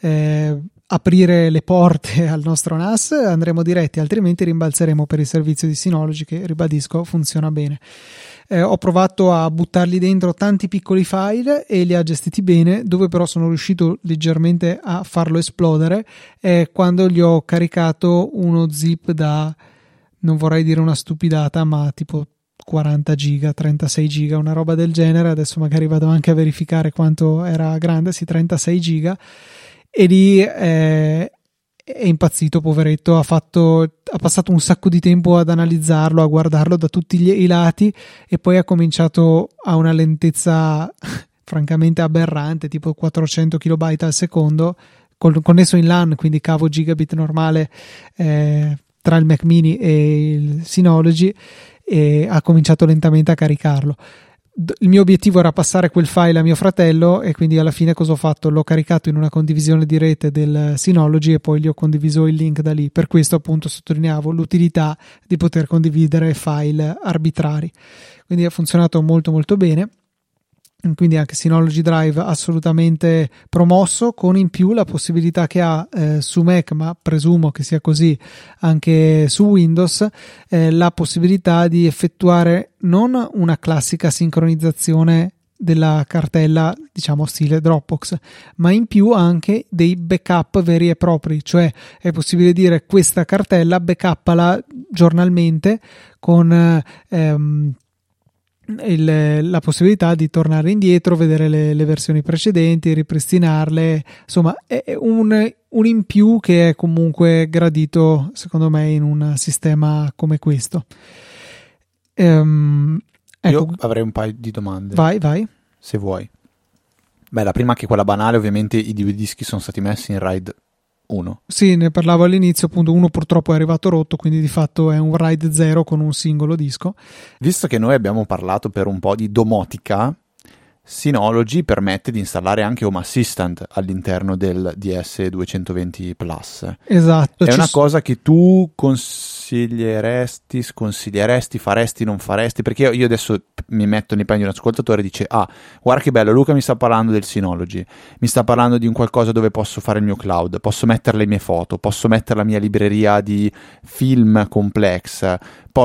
aprire le porte al nostro NAS andremo diretti, altrimenti rimbalzeremo per il servizio di Synology, che ribadisco funziona bene. Ho provato a buttarli dentro tanti piccoli file e li ha gestiti bene. Dove però sono riuscito leggermente a farlo esplodere è quando gli ho caricato uno zip da, non vorrei dire una stupidata, ma tipo 40 giga, 36 giga, una roba del genere. Adesso magari vado anche a verificare quanto era grande, 36 giga. E lì è impazzito, poveretto, ha passato un sacco di tempo ad analizzarlo, a guardarlo da tutti i lati, e poi ha cominciato a una lentezza francamente aberrante, tipo 400 kilobyte al secondo, connesso in LAN, quindi cavo gigabit normale tra il Mac mini e il Synology, e ha cominciato lentamente a caricarlo. Il mio obiettivo era passare quel file a mio fratello, e quindi alla fine cosa ho fatto? L'ho caricato in una condivisione di rete del Synology e poi gli ho condiviso il link da lì. Per questo appunto sottolineavo l'utilità di poter condividere file arbitrari. Quindi ha funzionato molto molto bene. Quindi anche Synology Drive assolutamente promosso, con in più la possibilità che ha su Mac, ma presumo che sia così anche su Windows, la possibilità di effettuare non una classica sincronizzazione della cartella, diciamo stile Dropbox, ma in più anche dei backup veri e propri. Cioè è possibile dire: questa cartella backuppala giornalmente con la possibilità di tornare indietro, vedere le versioni precedenti, ripristinarle. Insomma, è un in più che è comunque gradito, secondo me, in un sistema come questo. Ecco. Io avrei un paio di domande. Vai. Se vuoi. Beh, la prima, che è quella banale, ovviamente i due dischi sono stati messi in RAID 1. Sì, ne parlavo all'inizio, appunto. Uno purtroppo è arrivato rotto, quindi di fatto è un RAID 0 con un singolo disco. Visto che noi abbiamo parlato per un po' di domotica, Synology permette di installare anche Home Assistant all'interno del DS220 Plus. Esatto. È una cosa che tu sconsiglieresti, faresti, non faresti? Perché io adesso mi metto nei panni di un ascoltatore e dice: ah, guarda che bello, Luca mi sta parlando del Synology, mi sta parlando di un qualcosa dove posso fare il mio cloud, posso mettere le mie foto, posso mettere la mia libreria di film complex,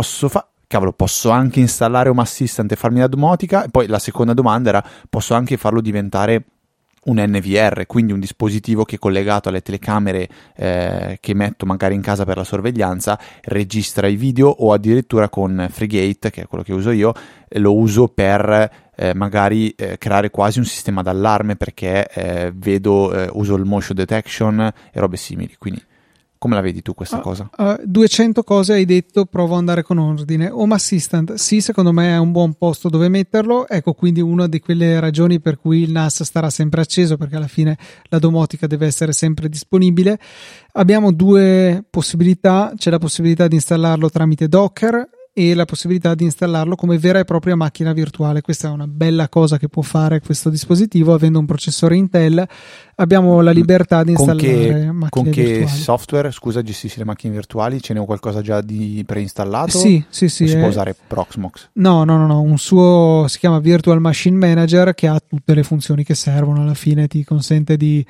posso anche installare Home Assistant e farmi la domotica? E poi la seconda domanda era: posso anche farlo diventare un NVR, quindi un dispositivo che, collegato alle telecamere che metto magari in casa per la sorveglianza, registra i video, o addirittura con Frigate, che è quello che uso io, lo uso per magari creare quasi un sistema d'allarme, perché uso il motion detection e robe simili. Quindi come la vedi tu questa cosa? 200 cose hai detto, provo ad andare con ordine. Home Assistant, sì, secondo me è un buon posto dove metterlo. Ecco, quindi una di quelle ragioni per cui il NAS starà sempre acceso, perché alla fine la domotica deve essere sempre disponibile. Abbiamo due possibilità: c'è la possibilità di installarlo tramite Docker e la possibilità di installarlo come vera e propria macchina virtuale. Questa è una bella cosa che può fare questo dispositivo, avendo un processore Intel. Abbiamo la libertà di installare macchine virtuali. Con che software, scusa, gestisci le macchine virtuali? Ce n'è qualcosa già di preinstallato? Sì. Si può usare Proxmox? No, un suo, si chiama Virtual Machine Manager, che ha tutte le funzioni che servono. Alla fine ti consente di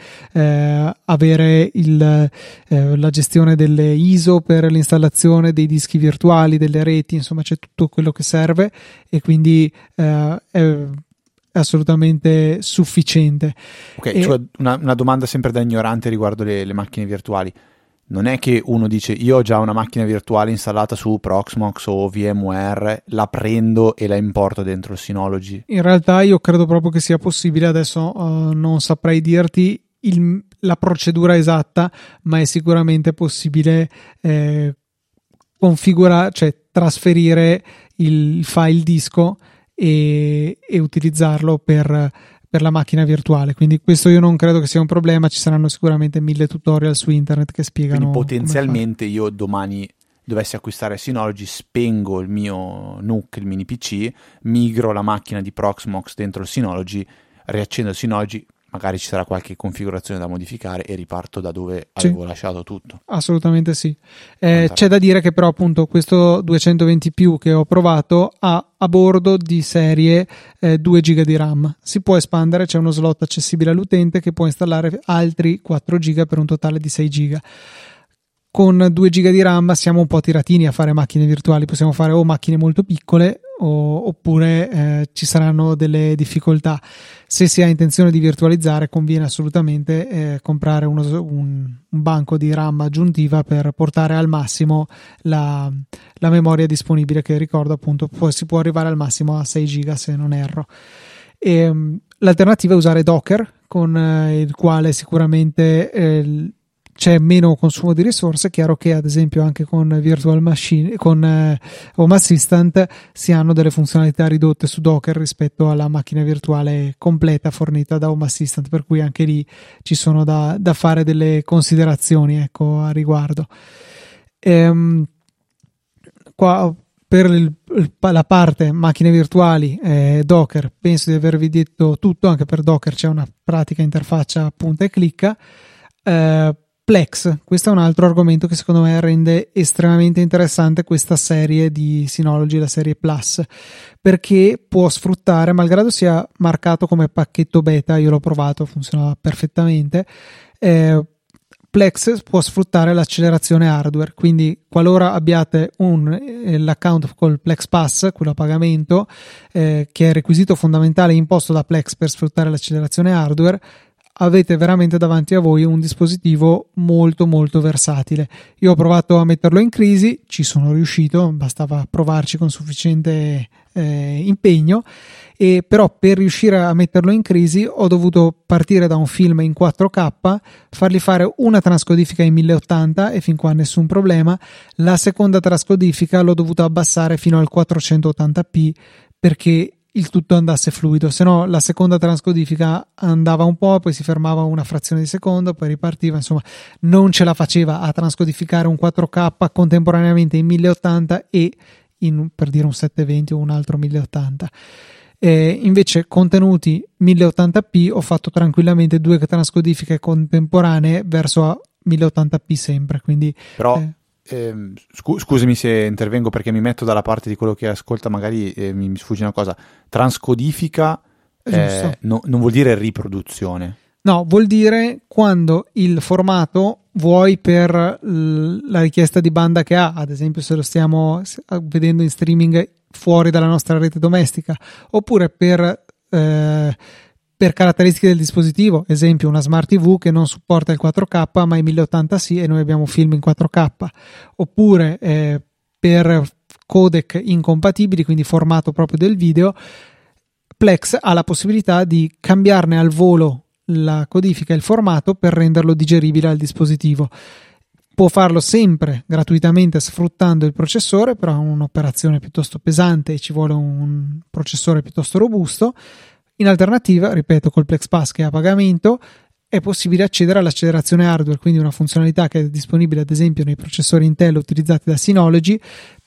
avere la gestione delle ISO per l'installazione dei dischi virtuali, delle reti, insomma c'è tutto quello che serve, e quindi è assolutamente sufficiente. Ok, cioè una domanda sempre da ignorante riguardo le macchine virtuali. Non è che uno dice: io ho già una macchina virtuale installata su Proxmox o VMware, la prendo e la importo dentro il Synology? In realtà io credo proprio che sia possibile. Adesso non saprei dirti la procedura esatta, ma è sicuramente possibile configurare, cioè trasferire il file disco e utilizzarlo per la macchina virtuale. Quindi questo io non credo che sia un problema. Ci saranno sicuramente 1000 tutorial su internet che spiegano. Quindi potenzialmente io domani dovessi acquistare Synology, spengo il mio NUC, il mini PC, migro la macchina di Proxmox dentro il Synology, riaccendo il Synology, magari ci sarà qualche configurazione da modificare e riparto da dove avevo lasciato tutto. Assolutamente sì. C'è da dire che però appunto questo 220 più che ho provato ha a bordo di serie 2 GB di RAM. Si può espandere, c'è uno slot accessibile all'utente che può installare altri 4 GB per un totale di 6 GB. Con 2 GB di RAM siamo un po' tiratini a fare macchine virtuali. Possiamo fare o macchine molto piccole oppure ci saranno delle difficoltà. Se si ha intenzione di virtualizzare, conviene assolutamente comprare un banco di RAM aggiuntiva per portare al massimo la memoria disponibile, che ricordo appunto si può arrivare al massimo a 6 GB se non erro. L'alternativa è usare Docker, con il quale sicuramente c'è meno consumo di risorse. È chiaro che ad esempio anche con Virtual Machine, con Home Assistant, si hanno delle funzionalità ridotte su Docker rispetto alla macchina virtuale completa fornita da Home Assistant, per cui anche lì ci sono da fare delle considerazioni, ecco, a riguardo. Qua per la parte macchine virtuali, Docker, penso di avervi detto tutto. Anche per Docker c'è una pratica interfaccia punta e clicca. Plex, questo è un altro argomento che secondo me rende estremamente interessante questa serie di Synology, la serie Plus, perché può sfruttare, malgrado sia marcato come pacchetto beta, io l'ho provato, funziona perfettamente, Plex può sfruttare l'accelerazione hardware. Quindi qualora abbiate l'account col Plex Pass, quello a pagamento, che è requisito fondamentale imposto da Plex per sfruttare l'accelerazione hardware, avete veramente davanti a voi un dispositivo molto molto versatile. Io ho provato a metterlo in crisi, ci sono riuscito, bastava provarci con sufficiente impegno, e però per riuscire a metterlo in crisi ho dovuto partire da un film in 4K, fargli fare una trascodifica in 1080 e fin qua nessun problema. La seconda trascodifica l'ho dovuto abbassare fino al 480p perché il tutto andasse fluido, se no la seconda trascodifica andava un po', poi si fermava una frazione di secondo, poi ripartiva, insomma non ce la faceva a trascodificare un 4K contemporaneamente in 1080 e per dire un 720 o un altro 1080. Invece contenuti 1080p ho fatto tranquillamente 2 trascodifiche contemporanee verso 1080p sempre, quindi però scusami se intervengo perché mi metto dalla parte di quello che ascolta, magari mi sfugge una cosa. Transcodifica non vuol dire riproduzione. No, vuol dire quando il formato vuoi per la richiesta di banda che ha, ad esempio se lo stiamo vedendo in streaming fuori dalla nostra rete domestica, oppure per caratteristiche del dispositivo, esempio una Smart TV che non supporta il 4K ma i 1080 sì e noi abbiamo film in 4K, oppure per codec incompatibili, quindi formato proprio del video. Plex ha la possibilità di cambiarne al volo la codifica e il formato per renderlo digeribile al dispositivo. Può farlo sempre gratuitamente sfruttando il processore, però è un'operazione piuttosto pesante e ci vuole un processore piuttosto robusto. In alternativa, ripeto, col Plex Pass che è a pagamento è possibile accedere all'accelerazione hardware, quindi una funzionalità che è disponibile ad esempio nei processori Intel utilizzati da Synology,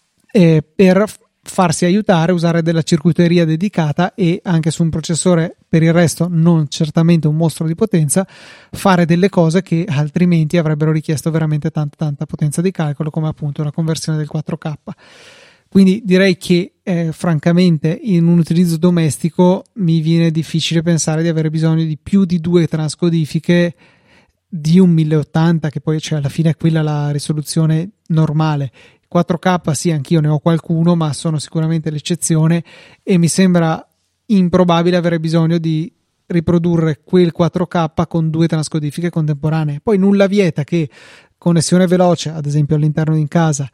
per farsi aiutare, usare della circuiteria dedicata e anche su un processore per il resto non certamente un mostro di potenza, fare delle cose che altrimenti avrebbero richiesto veramente tanta potenza di calcolo, come appunto la conversione del 4K. Quindi direi che francamente in un utilizzo domestico mi viene difficile pensare di avere bisogno di più di 2 trascodifiche di un 1080, che poi alla fine è quella la risoluzione normale. 4K sì, anch'io ne ho qualcuno, ma sono sicuramente l'eccezione e mi sembra improbabile avere bisogno di riprodurre quel 4K con 2 trascodifiche contemporanee. Poi nulla vieta che connessione veloce, ad esempio all'interno in casa,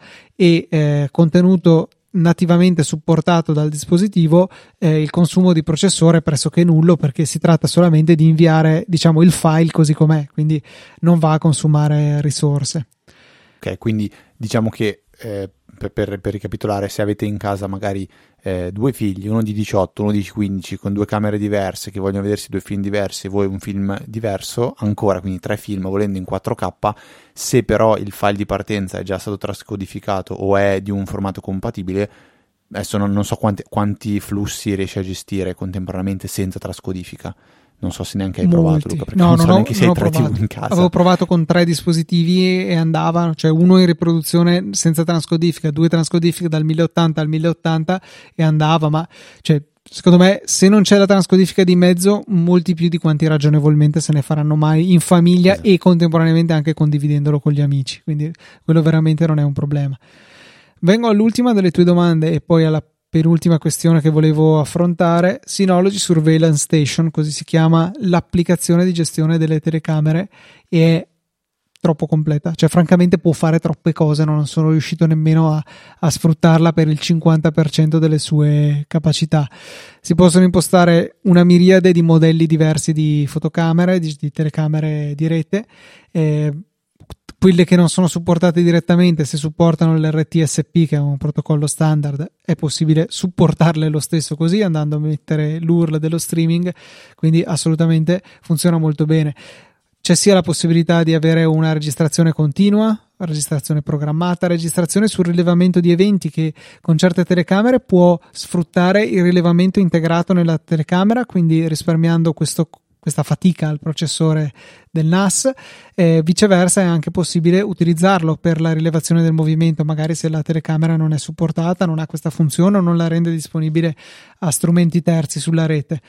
e contenuto nativamente supportato dal dispositivo, il consumo di processore è pressoché nullo perché si tratta solamente di inviare, diciamo, il file così com'è, quindi non va a consumare risorse. Ok, quindi diciamo che per ricapitolare, se avete in casa magari 2 figli, uno di 18, uno di 15, con 2 camere diverse che vogliono vedersi 2 film diversi e voi un film diverso, ancora, quindi 3 film volendo in 4K, se però il file di partenza è già stato trascodificato o è di un formato compatibile, adesso non so quanti flussi riesci a gestire contemporaneamente senza trascodifica. Non so se neanche hai provato, Luca, perché non so neanche se hai 3 TV in casa. Avevo provato con 3 dispositivi e andava, cioè uno in riproduzione senza trascodifica, 2 trascodifiche dal 1080 al 1080 e andava, ma cioè, secondo me se non c'è la trascodifica di mezzo, molti più di quanti ragionevolmente se ne faranno mai in famiglia, esatto, e contemporaneamente anche condividendolo con gli amici, quindi quello veramente non è un problema. Vengo all'ultima delle tue domande e poi alla penultima questione che volevo affrontare. Synology Surveillance Station, così si chiama l'applicazione di gestione delle telecamere, e è troppo completa, cioè francamente può fare troppe cose, non sono riuscito nemmeno a sfruttarla per il 50% delle sue capacità. Si possono impostare una miriade di modelli diversi di fotocamere, di telecamere di rete, quelle che non sono supportate direttamente, se supportano l'RTSP, che è un protocollo standard, è possibile supportarle lo stesso così, andando a mettere l'URL dello streaming, quindi assolutamente funziona molto bene. C'è sia la possibilità di avere una registrazione continua, registrazione programmata, registrazione sul rilevamento di eventi, che con certe telecamere può sfruttare il rilevamento integrato nella telecamera, quindi risparmiando questa fatica al processore del NAS. Viceversa è anche possibile utilizzarlo per la rilevazione del movimento, magari se la telecamera non è supportata, non ha questa funzione o non la rende disponibile a strumenti terzi sulla rete.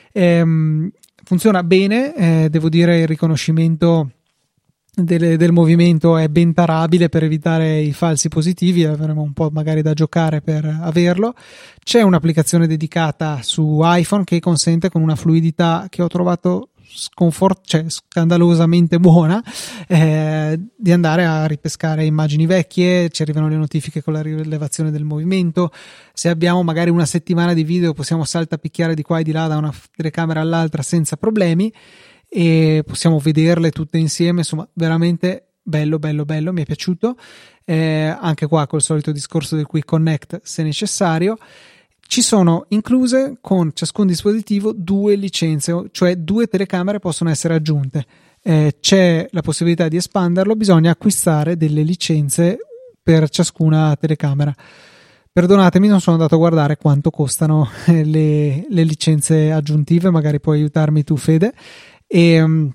Funziona bene, devo dire il riconoscimento del movimento è ben tarabile per evitare i falsi positivi, avremo un po' magari da giocare per averlo. C'è un'applicazione dedicata su iPhone che consente, con una fluidità che ho trovato cioè scandalosamente buona, di andare a ripescare immagini vecchie. Ci arrivano le notifiche con la rilevazione del movimento. Se abbiamo magari una settimana di video, possiamo saltapicchiare di qua e di là da una telecamera all'altra senza problemi, e possiamo vederle tutte insieme. Insomma, veramente bello, mi è piaciuto. Anche qua col solito discorso del Quick Connect se necessario. Ci sono incluse con ciascun dispositivo 2 licenze, cioè 2 telecamere possono essere aggiunte. C'è la possibilità di espanderlo, bisogna acquistare delle licenze per ciascuna telecamera. Perdonatemi, non sono andato a guardare quanto costano le licenze aggiuntive, magari puoi aiutarmi tu, Fede. E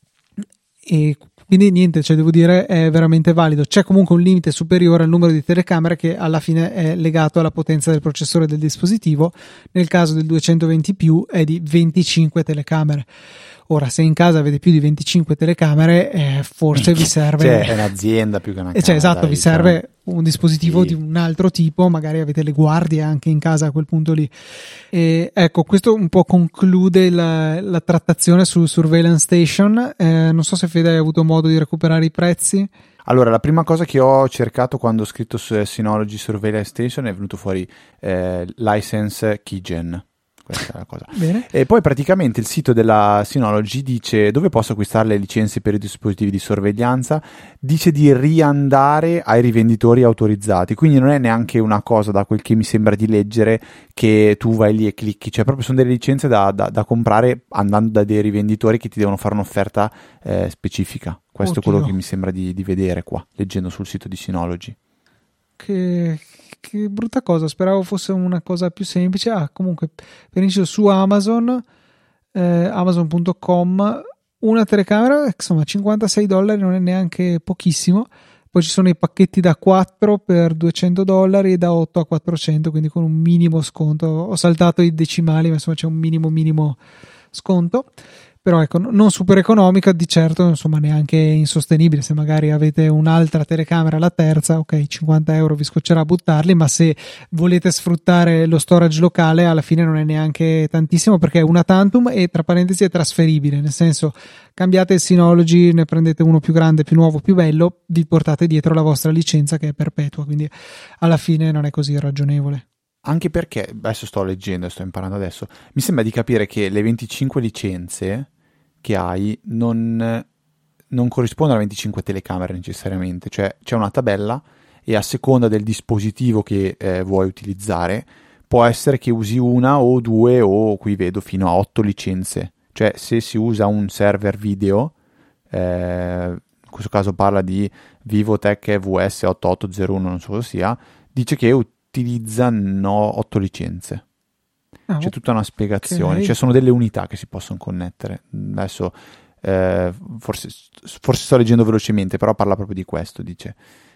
quindi niente, cioè devo dire è veramente valido. C'è comunque un limite superiore al numero di telecamere che alla fine è legato alla potenza del processore del dispositivo. Nel caso del 220 è di 25 telecamere. Ora, se in casa avete più di 25 telecamere, forse vi serve... Cioè, è un'azienda più che una casa. Cioè, esatto, vi serve un dispositivo sì, di un altro tipo, magari avete le guardie anche in casa a quel punto lì. E ecco, questo un po' conclude la trattazione su Surveillance Station. Non so se Fede hai avuto modo di recuperare i prezzi. Allora, la prima cosa che ho cercato quando ho scritto su Synology Surveillance Station è venuto fuori License Keygen. Questa è la cosa. Bene. E poi praticamente il sito della Synology dice dove posso acquistare le licenze per i dispositivi di sorveglianza, dice di riandare ai rivenditori autorizzati, quindi non è neanche una cosa, da quel che mi sembra di leggere, che tu vai lì e clicchi, cioè proprio sono delle licenze da comprare andando da dei rivenditori che ti devono fare un'offerta specifica. Questo è quello che mi sembra di vedere qua, leggendo sul sito di Synology. Che brutta cosa, speravo fosse una cosa più semplice. Comunque, per inciso, su Amazon, amazon.com, una telecamera, insomma, $56 non è neanche pochissimo. Poi ci sono i pacchetti da 4 per $200 e da 8 a 400, quindi con un minimo sconto. Ho saltato i decimali, ma insomma c'è un minimo sconto. Però ecco, non super economica, di certo, insomma, neanche insostenibile. Se magari avete un'altra telecamera, la terza, ok, €50 vi scoccerà a buttarli, ma se volete sfruttare lo storage locale, alla fine non è neanche tantissimo, perché è una tantum e tra parentesi è trasferibile, nel senso, cambiate il Synology, ne prendete uno più grande, più nuovo, più bello, vi portate dietro la vostra licenza che è perpetua, quindi alla fine non è così ragionevole. Anche perché, adesso sto leggendo e sto imparando adesso, mi sembra di capire che le 25 licenze che hai non corrispondono a 25 telecamere necessariamente, cioè c'è una tabella e a seconda del dispositivo che vuoi utilizzare può essere che usi una o due o qui vedo fino a 8 licenze, cioè se si usa un server video, in questo caso parla di Vivotech EVS 8801, non so cosa sia, dice che utilizzano 8 licenze. C'è tutta una spiegazione, okay. Cioè sono delle unità che si possono connettere. Adesso forse sto leggendo velocemente, però parla proprio di questo, dice.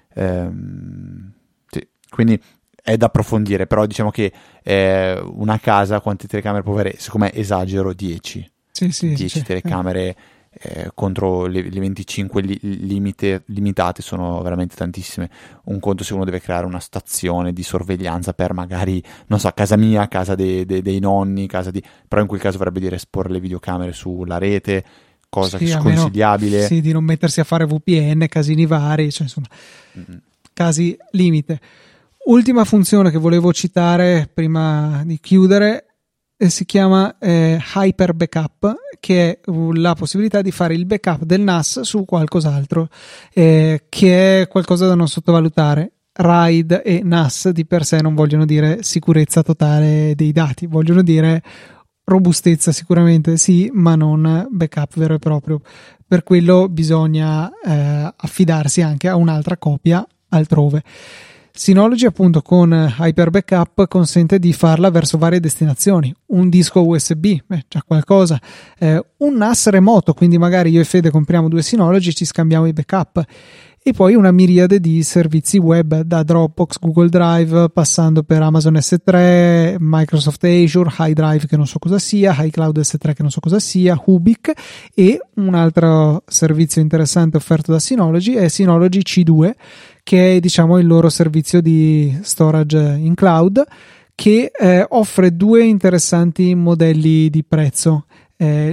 Sì, quindi è da approfondire, però diciamo che una casa quante telecamere può avere? Secondo me esagero 10. Sì, 10 telecamere contro le 25 limitate sono veramente tantissime. Un conto se uno deve creare una stazione di sorveglianza per magari, non so, casa mia, casa dei nonni, però in quel caso vorrebbe dire esporre le videocamere sulla rete, cosa che è sconsigliabile. Sì, di non mettersi a fare VPN, casini vari, cioè insomma, casi limite. Ultima funzione che volevo citare prima di chiudere si chiama Hyper Backup, che è la possibilità di fare il backup del NAS su qualcos'altro, che è qualcosa da non sottovalutare. RAID e NAS di per sé non vogliono dire sicurezza totale dei dati, vogliono dire robustezza sicuramente sì, ma non backup vero e proprio. Per quello bisogna affidarsi anche a un'altra copia altrove. Synology appunto con Hyper Backup consente di farla verso varie destinazioni, un disco USB, già qualcosa, un NAS remoto, quindi magari io e Fede compriamo 2 Synology, ci scambiamo i backup, e poi una miriade di servizi web da Dropbox, Google Drive, passando per Amazon S3, Microsoft Azure, HiDrive che non so cosa sia, iCloud S3 che non so cosa sia, Hubic, e un altro servizio interessante offerto da Synology è Synology C2, che è diciamo il loro servizio di storage in cloud, che offre 2 interessanti modelli di prezzo.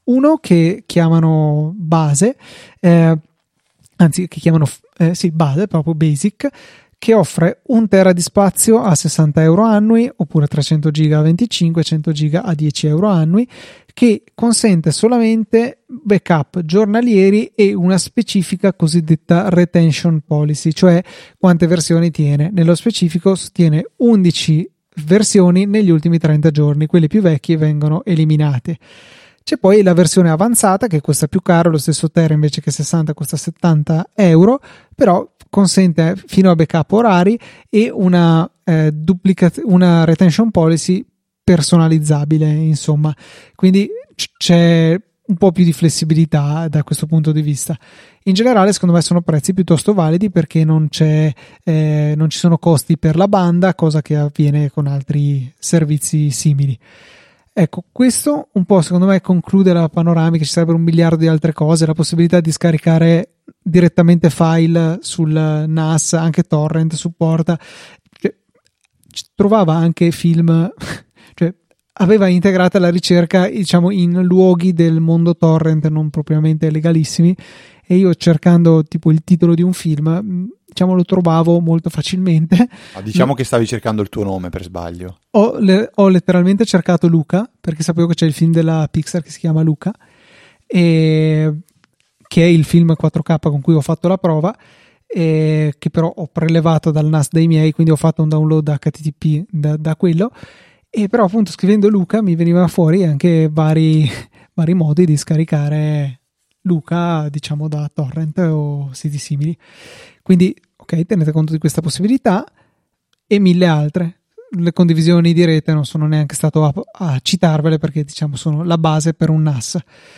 uno che chiamano base, anzi che chiamano sì, base, proprio basic, che offre 1 tera di spazio a 60 euro annui, oppure 300 giga a 25, 100 giga a 10 euro annui, che consente solamente backup giornalieri e una specifica cosiddetta retention policy, cioè quante versioni tiene. Nello specifico tiene 11 versioni negli ultimi 30 giorni, quelle più vecchie vengono eliminate. C'è poi la versione avanzata che costa più caro, lo stesso tera invece che 60 costa 70 euro, però consente fino a backup orari e una retention policy personalizzabile, insomma, quindi c'è un po' più di flessibilità da questo punto di vista. In generale, secondo me, sono prezzi piuttosto validi perché non ci sono costi per la banda, cosa che avviene con altri servizi simili. Ecco, questo un po' secondo me conclude la panoramica. Ci sarebbero 1 miliardo di altre cose, la possibilità di scaricare direttamente file sul NAS, anche torrent supporta, trovava anche film, cioè aveva integrata la ricerca, diciamo, in luoghi del mondo torrent non propriamente legalissimi, e io cercando tipo il titolo di un film, diciamo, lo trovavo molto facilmente. Diciamo che stavi cercando il tuo nome per sbaglio. Ho letteralmente cercato Luca, perché sapevo che c'è il film della Pixar che si chiama Luca, e che è il film 4K con cui ho fatto la prova, che però ho prelevato dal NAS dei miei, quindi ho fatto un download HTTP da quello, e però appunto scrivendo Luca mi veniva fuori anche vari modi di scaricare Luca, diciamo, da torrent o siti simili. Quindi ok, tenete conto di questa possibilità e 1000 altre. Le condivisioni di rete non sono neanche stato a citarvele, perché diciamo sono la base per un NAS.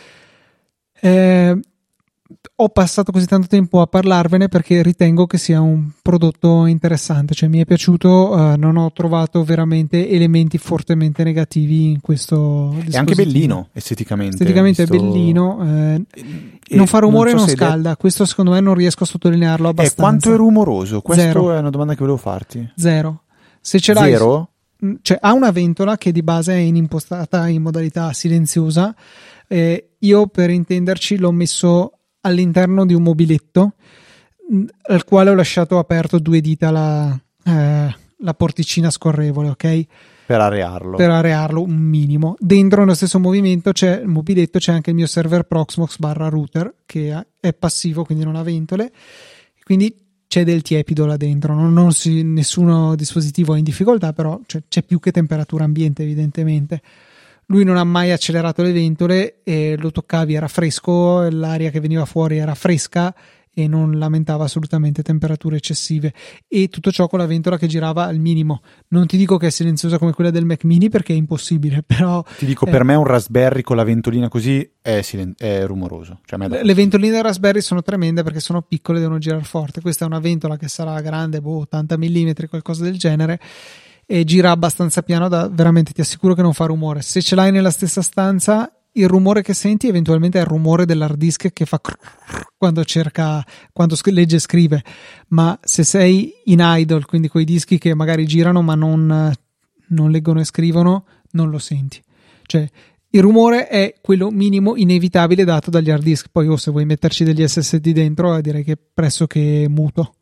Ho passato così tanto tempo a parlarvene perché ritengo che sia un prodotto interessante, cioè mi è piaciuto, non ho trovato veramente elementi fortemente negativi in questo dispositivo. È anche bellino esteticamente è bellino, non fa rumore, non scalda, questo secondo me non riesco a sottolinearlo abbastanza. E quanto è rumoroso? Questa Zero. è una domanda che volevo farti. Zero. Se ce l'hai, Zero? Cioè ha una ventola che di base è impostata in modalità silenziosa, io per intenderci l'ho messo all'interno di un mobiletto al quale ho lasciato aperto 2 dita la porticina scorrevole, ok? Per arearlo. Per arearlo un minimo. Dentro nello stesso mobiletto c'è anche il mio server Proxmox /router che è passivo, quindi non ha ventole, quindi c'è del tiepido là dentro. Nessuno dispositivo è in difficoltà, però c'è più che temperatura ambiente, evidentemente. Lui non ha mai accelerato le ventole e lo toccavi, era fresco, l'aria che veniva fuori era fresca e non lamentava assolutamente temperature eccessive, e tutto ciò con la ventola che girava al minimo. Non ti dico che è silenziosa come quella del Mac Mini perché è impossibile, però ti dico, per me un Raspberry con la ventolina così è rumoroso, cioè, le ventoline del Raspberry sono tremende perché sono piccole e devono girare forte. Questa è una ventola che sarà grande 80 mm, qualcosa del genere, e gira abbastanza piano veramente ti assicuro che non fa rumore. Se ce l'hai nella stessa stanza, il rumore che senti eventualmente è il rumore dell'hard disk che fa quando legge e scrive, ma se sei in idle, quindi coi dischi che magari girano ma non leggono e scrivono, non lo senti. Cioè il rumore è quello minimo inevitabile dato dagli hard disk. Poi se vuoi metterci degli SSD dentro, direi che è pressoché muto.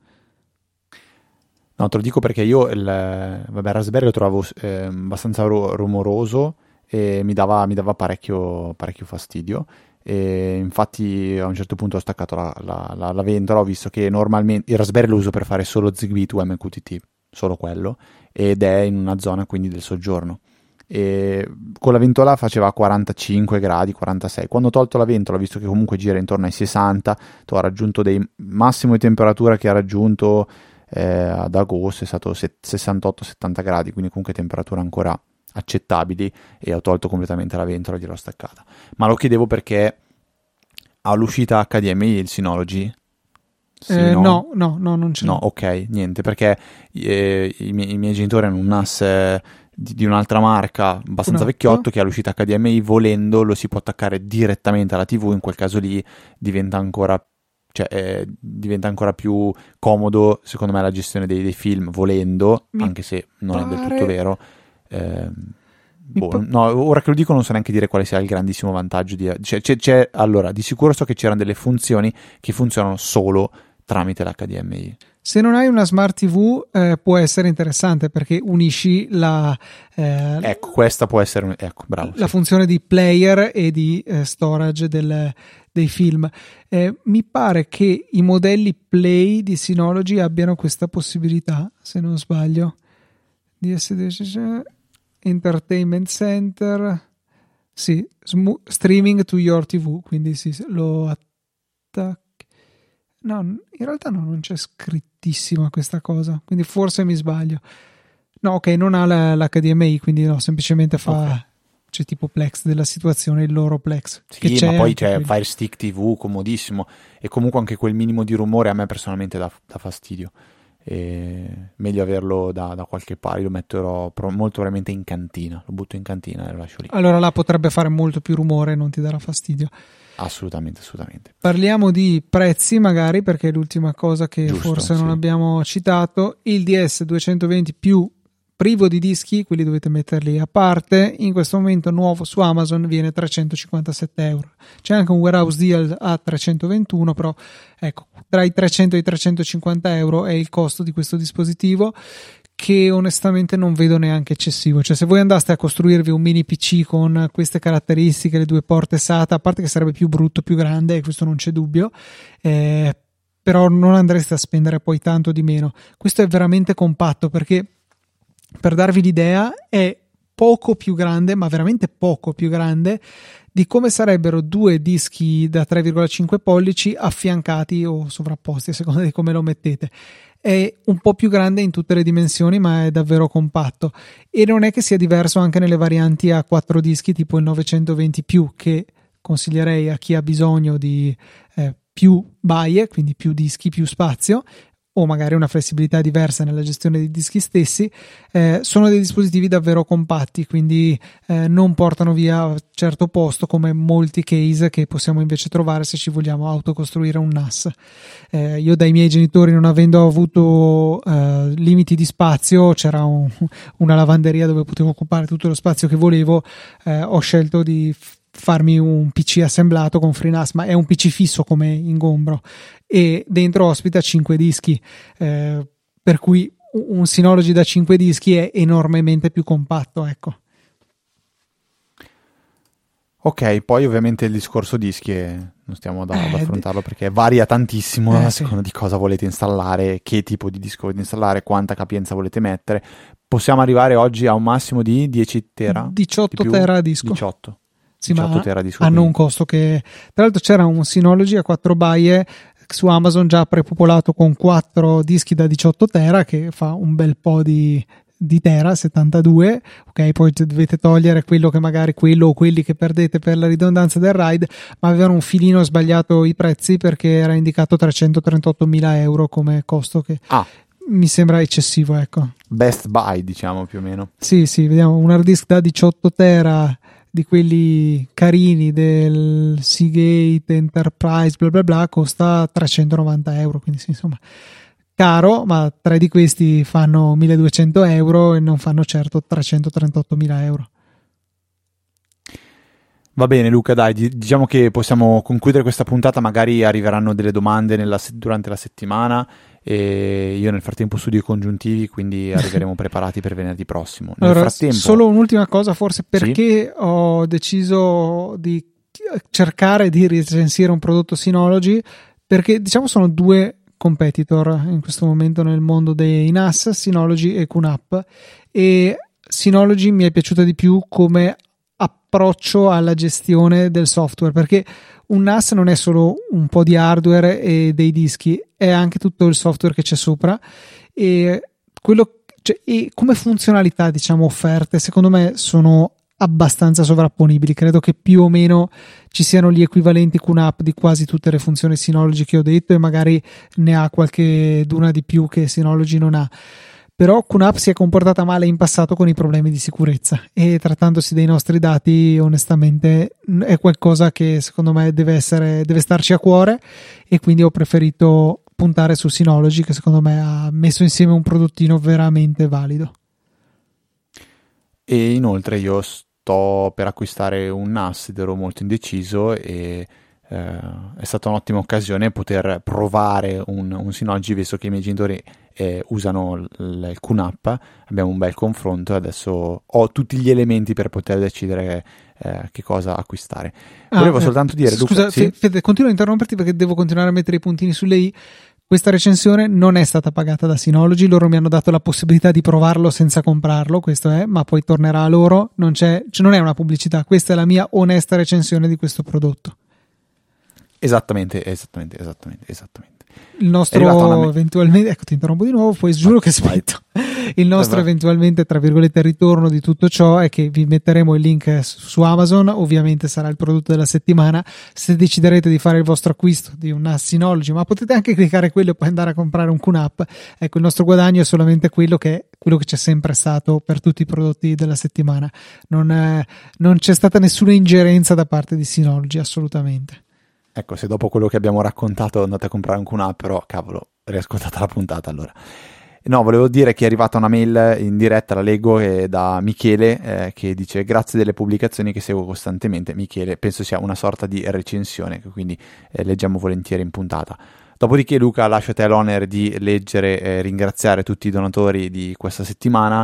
No, te lo dico perché io Raspberry lo trovavo abbastanza rumoroso e mi dava parecchio fastidio, e infatti a un certo punto ho staccato la ventola. Ho visto che normalmente il Raspberry lo uso per fare solo Zigbee to MQTT, solo quello, ed è in una zona quindi del soggiorno, e con la ventola faceva 45 gradi, 46. Quando ho tolto la ventola, visto che comunque gira intorno ai 60, ho raggiunto dei massimo di temperatura che ha raggiunto ad agosto è stato 68-70 gradi, quindi comunque temperature ancora accettabili, e ho tolto completamente la ventola e gliel'ho staccata. Ma lo chiedevo perché all'uscita HDMI il Synology? Sì, no, non c'è. No, ok, niente, perché i miei genitori hanno un NAS di un'altra marca abbastanza vecchiotto, che all'uscita HDMI, volendo, lo si può attaccare direttamente alla TV. In quel caso lì diventa ancora più comodo, secondo me, la gestione dei film, volendo, anche se non è del tutto vero. No, ora che lo dico non so neanche dire quale sia il grandissimo vantaggio allora, di sicuro so che c'erano delle funzioni che funzionano solo tramite l'HDMI. Se non hai una Smart TV può essere interessante, perché unisci ecco, questa può essere bravo, la funzione di player e di storage dei film. Mi pare che i modelli Play di Synology abbiano questa possibilità, se non sbaglio. Entertainment Center, sì, streaming to your TV, quindi sì, lo attacchi. No, in realtà no, non c'è scrittissima questa cosa, quindi forse mi sbaglio. No, ok, non ha l'HDMI, quindi no, semplicemente fa c'è tipo Plex della situazione, il loro Plex. Sì, che c'è, ma poi c'è quello. Fire Stick TV, comodissimo, e comunque anche quel minimo di rumore a me personalmente dà fastidio. E meglio averlo da qualche parte, lo metterò molto probabilmente in cantina, lo butto in cantina e lo lascio lì. Allora là potrebbe fare molto più rumore e non ti darà fastidio. Assolutamente. Parliamo di prezzi magari, perché è l'ultima cosa che Giusto, forse non sì. abbiamo citato. Il DS220 più privo di dischi, quelli dovete metterli a parte, in questo momento nuovo su Amazon viene 357 euro. C'è anche un warehouse deal a 321, però ecco, tra i 300 e i 350 euro è il costo di questo dispositivo, che onestamente non vedo neanche eccessivo. Cioè, se voi andaste a costruirvi un mini PC con queste caratteristiche, le 2 porte SATA, a parte che sarebbe più brutto, più grande, e questo non c'è dubbio, però non andreste a spendere poi tanto di meno. Questo è veramente compatto, perché per darvi l'idea è poco più grande, ma veramente poco più grande di come sarebbero 2 dischi da 3,5 pollici affiancati o sovrapposti, a seconda di come lo mettete. È un po' più grande in tutte le dimensioni, ma è davvero compatto, e non è che sia diverso anche nelle varianti a 4 dischi tipo il 920 più, che consiglierei a chi ha bisogno di più baie, quindi più dischi, più spazio, o magari una flessibilità diversa nella gestione dei dischi stessi. Sono dei dispositivi davvero compatti, quindi non portano via certo posto come molti case che possiamo invece trovare se ci vogliamo autocostruire un NAS. Io dai miei genitori, non avendo avuto limiti di spazio, c'era una lavanderia dove potevo occupare tutto lo spazio che volevo, ho scelto di farmi un PC assemblato con FreeNAS, ma è un PC fisso come ingombro, e dentro ospita 5 dischi, per cui un Synology da 5 dischi è enormemente più compatto, ecco. Ok, poi ovviamente il discorso dischi non stiamo ad affrontarlo perché varia tantissimo a seconda di cosa volete installare, che tipo di disco volete installare, quanta capienza volete mettere. Possiamo arrivare oggi a un massimo di 10 tera? 18 tera a disco. 18. Sì, 18 ma tera disco, hanno quindi un costo che... Tra l'altro c'era un Synology a 4 baie su Amazon già prepopolato con 4 dischi da 18 tera, che fa un bel po' di tera, 72. Ok, poi dovete togliere quello che magari quello o quelli che perdete per la ridondanza del RAID, ma avevano un filino sbagliato i prezzi, perché era indicato 338.000 euro come costo, che mi sembra eccessivo, ecco. Best Buy, diciamo, più o meno. Sì, vediamo, un hard disk da 18 tera di quelli carini del Seagate Enterprise bla bla bla costa 390 euro, quindi sì, insomma caro, ma 3 di questi fanno 1200 euro e non fanno certo 338.000 euro. Va bene Luca, dai, diciamo che possiamo concludere questa puntata, magari arriveranno delle domande durante la settimana e io nel frattempo studio i congiuntivi, quindi arriveremo preparati per venerdì prossimo. Nel frattempo... Solo un'ultima cosa forse, perché sì? ho deciso di cercare di recensire un prodotto Synology, perché diciamo sono 2 competitor in questo momento nel mondo dei NAS, Synology e QNAP, e Synology mi è piaciuta di più come approccio alla gestione del software, perché un NAS non è solo un po' di hardware e dei dischi, è anche tutto il software che c'è sopra, e quello, cioè, e come funzionalità diciamo offerte secondo me sono abbastanza sovrapponibili. Credo che più o meno ci siano gli equivalenti QNAP di quasi tutte le funzioni Synology che ho detto, e magari ne ha qualche d'una di più che Synology non ha. Però QNAP si è comportata male in passato con i problemi di sicurezza, e trattandosi dei nostri dati onestamente è qualcosa che secondo me deve starci a cuore, e quindi ho preferito puntare su Synology, che secondo me ha messo insieme un prodottino veramente valido. E inoltre io sto per acquistare un NAS ed ero molto indeciso e è stata un'ottima occasione poter provare un Synology, visto che i miei genitori usano il QNAP. Abbiamo un bel confronto e adesso ho tutti gli elementi per poter decidere che cosa acquistare. Volevo soltanto dire, scusa, Luca, sì? Fede, continuo a interromperti perché devo continuare a mettere i puntini sulle i. Questa recensione non è stata pagata da Synology, loro mi hanno dato la possibilità di provarlo senza comprarlo, questo è, ma poi tornerà a loro, non è una pubblicità, questa è la mia onesta recensione di questo prodotto. Esattamente. Il nostro eventualmente, ecco, ti interrompo di nuovo, poi giuro che aspetto. Il nostro eventualmente, tra virgolette, ritorno di tutto ciò è che vi metteremo il link su Amazon, ovviamente sarà il prodotto della settimana. Se deciderete di fare il vostro acquisto di un NAS Synology, ma potete anche cliccare quello e poi andare a comprare un QNAP, ecco, il nostro guadagno è solamente quello che c'è sempre stato per tutti i prodotti della settimana. Non c'è stata nessuna ingerenza da parte di Synology, assolutamente. Ecco, se dopo quello che abbiamo raccontato andate a comprare un QNAP, però cavolo, riascoltate la puntata allora. No, volevo dire che è arrivata una mail in diretta, la leggo, da Michele, che dice: grazie delle pubblicazioni che seguo costantemente. Michele, penso sia una sorta di recensione, che quindi leggiamo volentieri in puntata. Dopodiché, Luca, lascio a te l'onere di leggere e ringraziare tutti i donatori di questa settimana.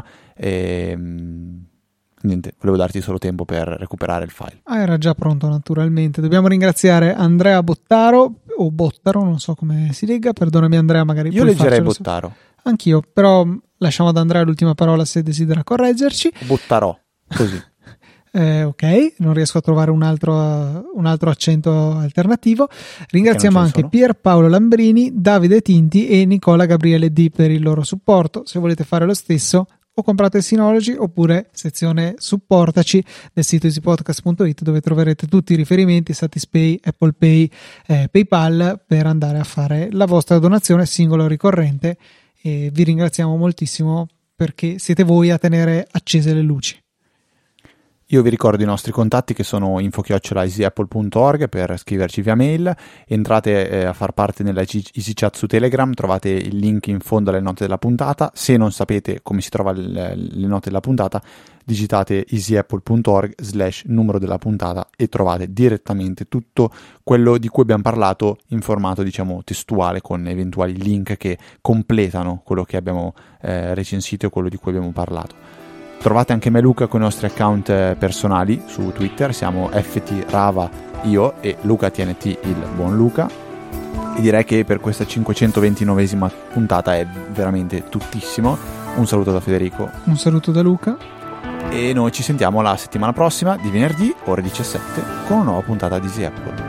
Niente, volevo darti solo tempo per recuperare il file. Era già pronto, naturalmente. Dobbiamo ringraziare Andrea Bottaro, o Bottaro, non so come si legga, perdonami Andrea, magari io leggerei Bottaro. Anch'io, però lasciamo ad Andrea l'ultima parola se desidera correggerci. Bottarò, così. Ok, non riesco a trovare un altro accento alternativo. Ringraziamo anche Pierpaolo Lambrini, Davide Tinti e Nicola Gabriele D per il loro supporto. Se volete fare lo stesso, o comprate Synology oppure sezione supportaci del sito easypodcast.it, dove troverete tutti i riferimenti, Satispay, Apple Pay, PayPal, per andare a fare la vostra donazione singola o ricorrente. E vi ringraziamo moltissimo perché siete voi a tenere accese le luci. Io vi ricordo i nostri contatti, che sono info@easyapple.org per scriverci via mail. Entrate a far parte nella Easy Chat su Telegram, trovate il link in fondo alle note della puntata. Se non sapete come si trova le note della puntata, digitate easyapple.org/numero della puntata e trovate direttamente tutto quello di cui abbiamo parlato in formato, diciamo, testuale, con eventuali link che completano quello che abbiamo recensito e quello di cui abbiamo parlato. Trovate anche me, Luca, con i nostri account personali su Twitter, siamo FTRava io e LucaTNT, il buon Luca. E direi che per questa 529esima puntata è veramente tuttissimo. Un saluto da Federico. Un saluto da Luca. E noi ci sentiamo la settimana prossima, di venerdì, ore 17, con una nuova puntata di Easy Apple.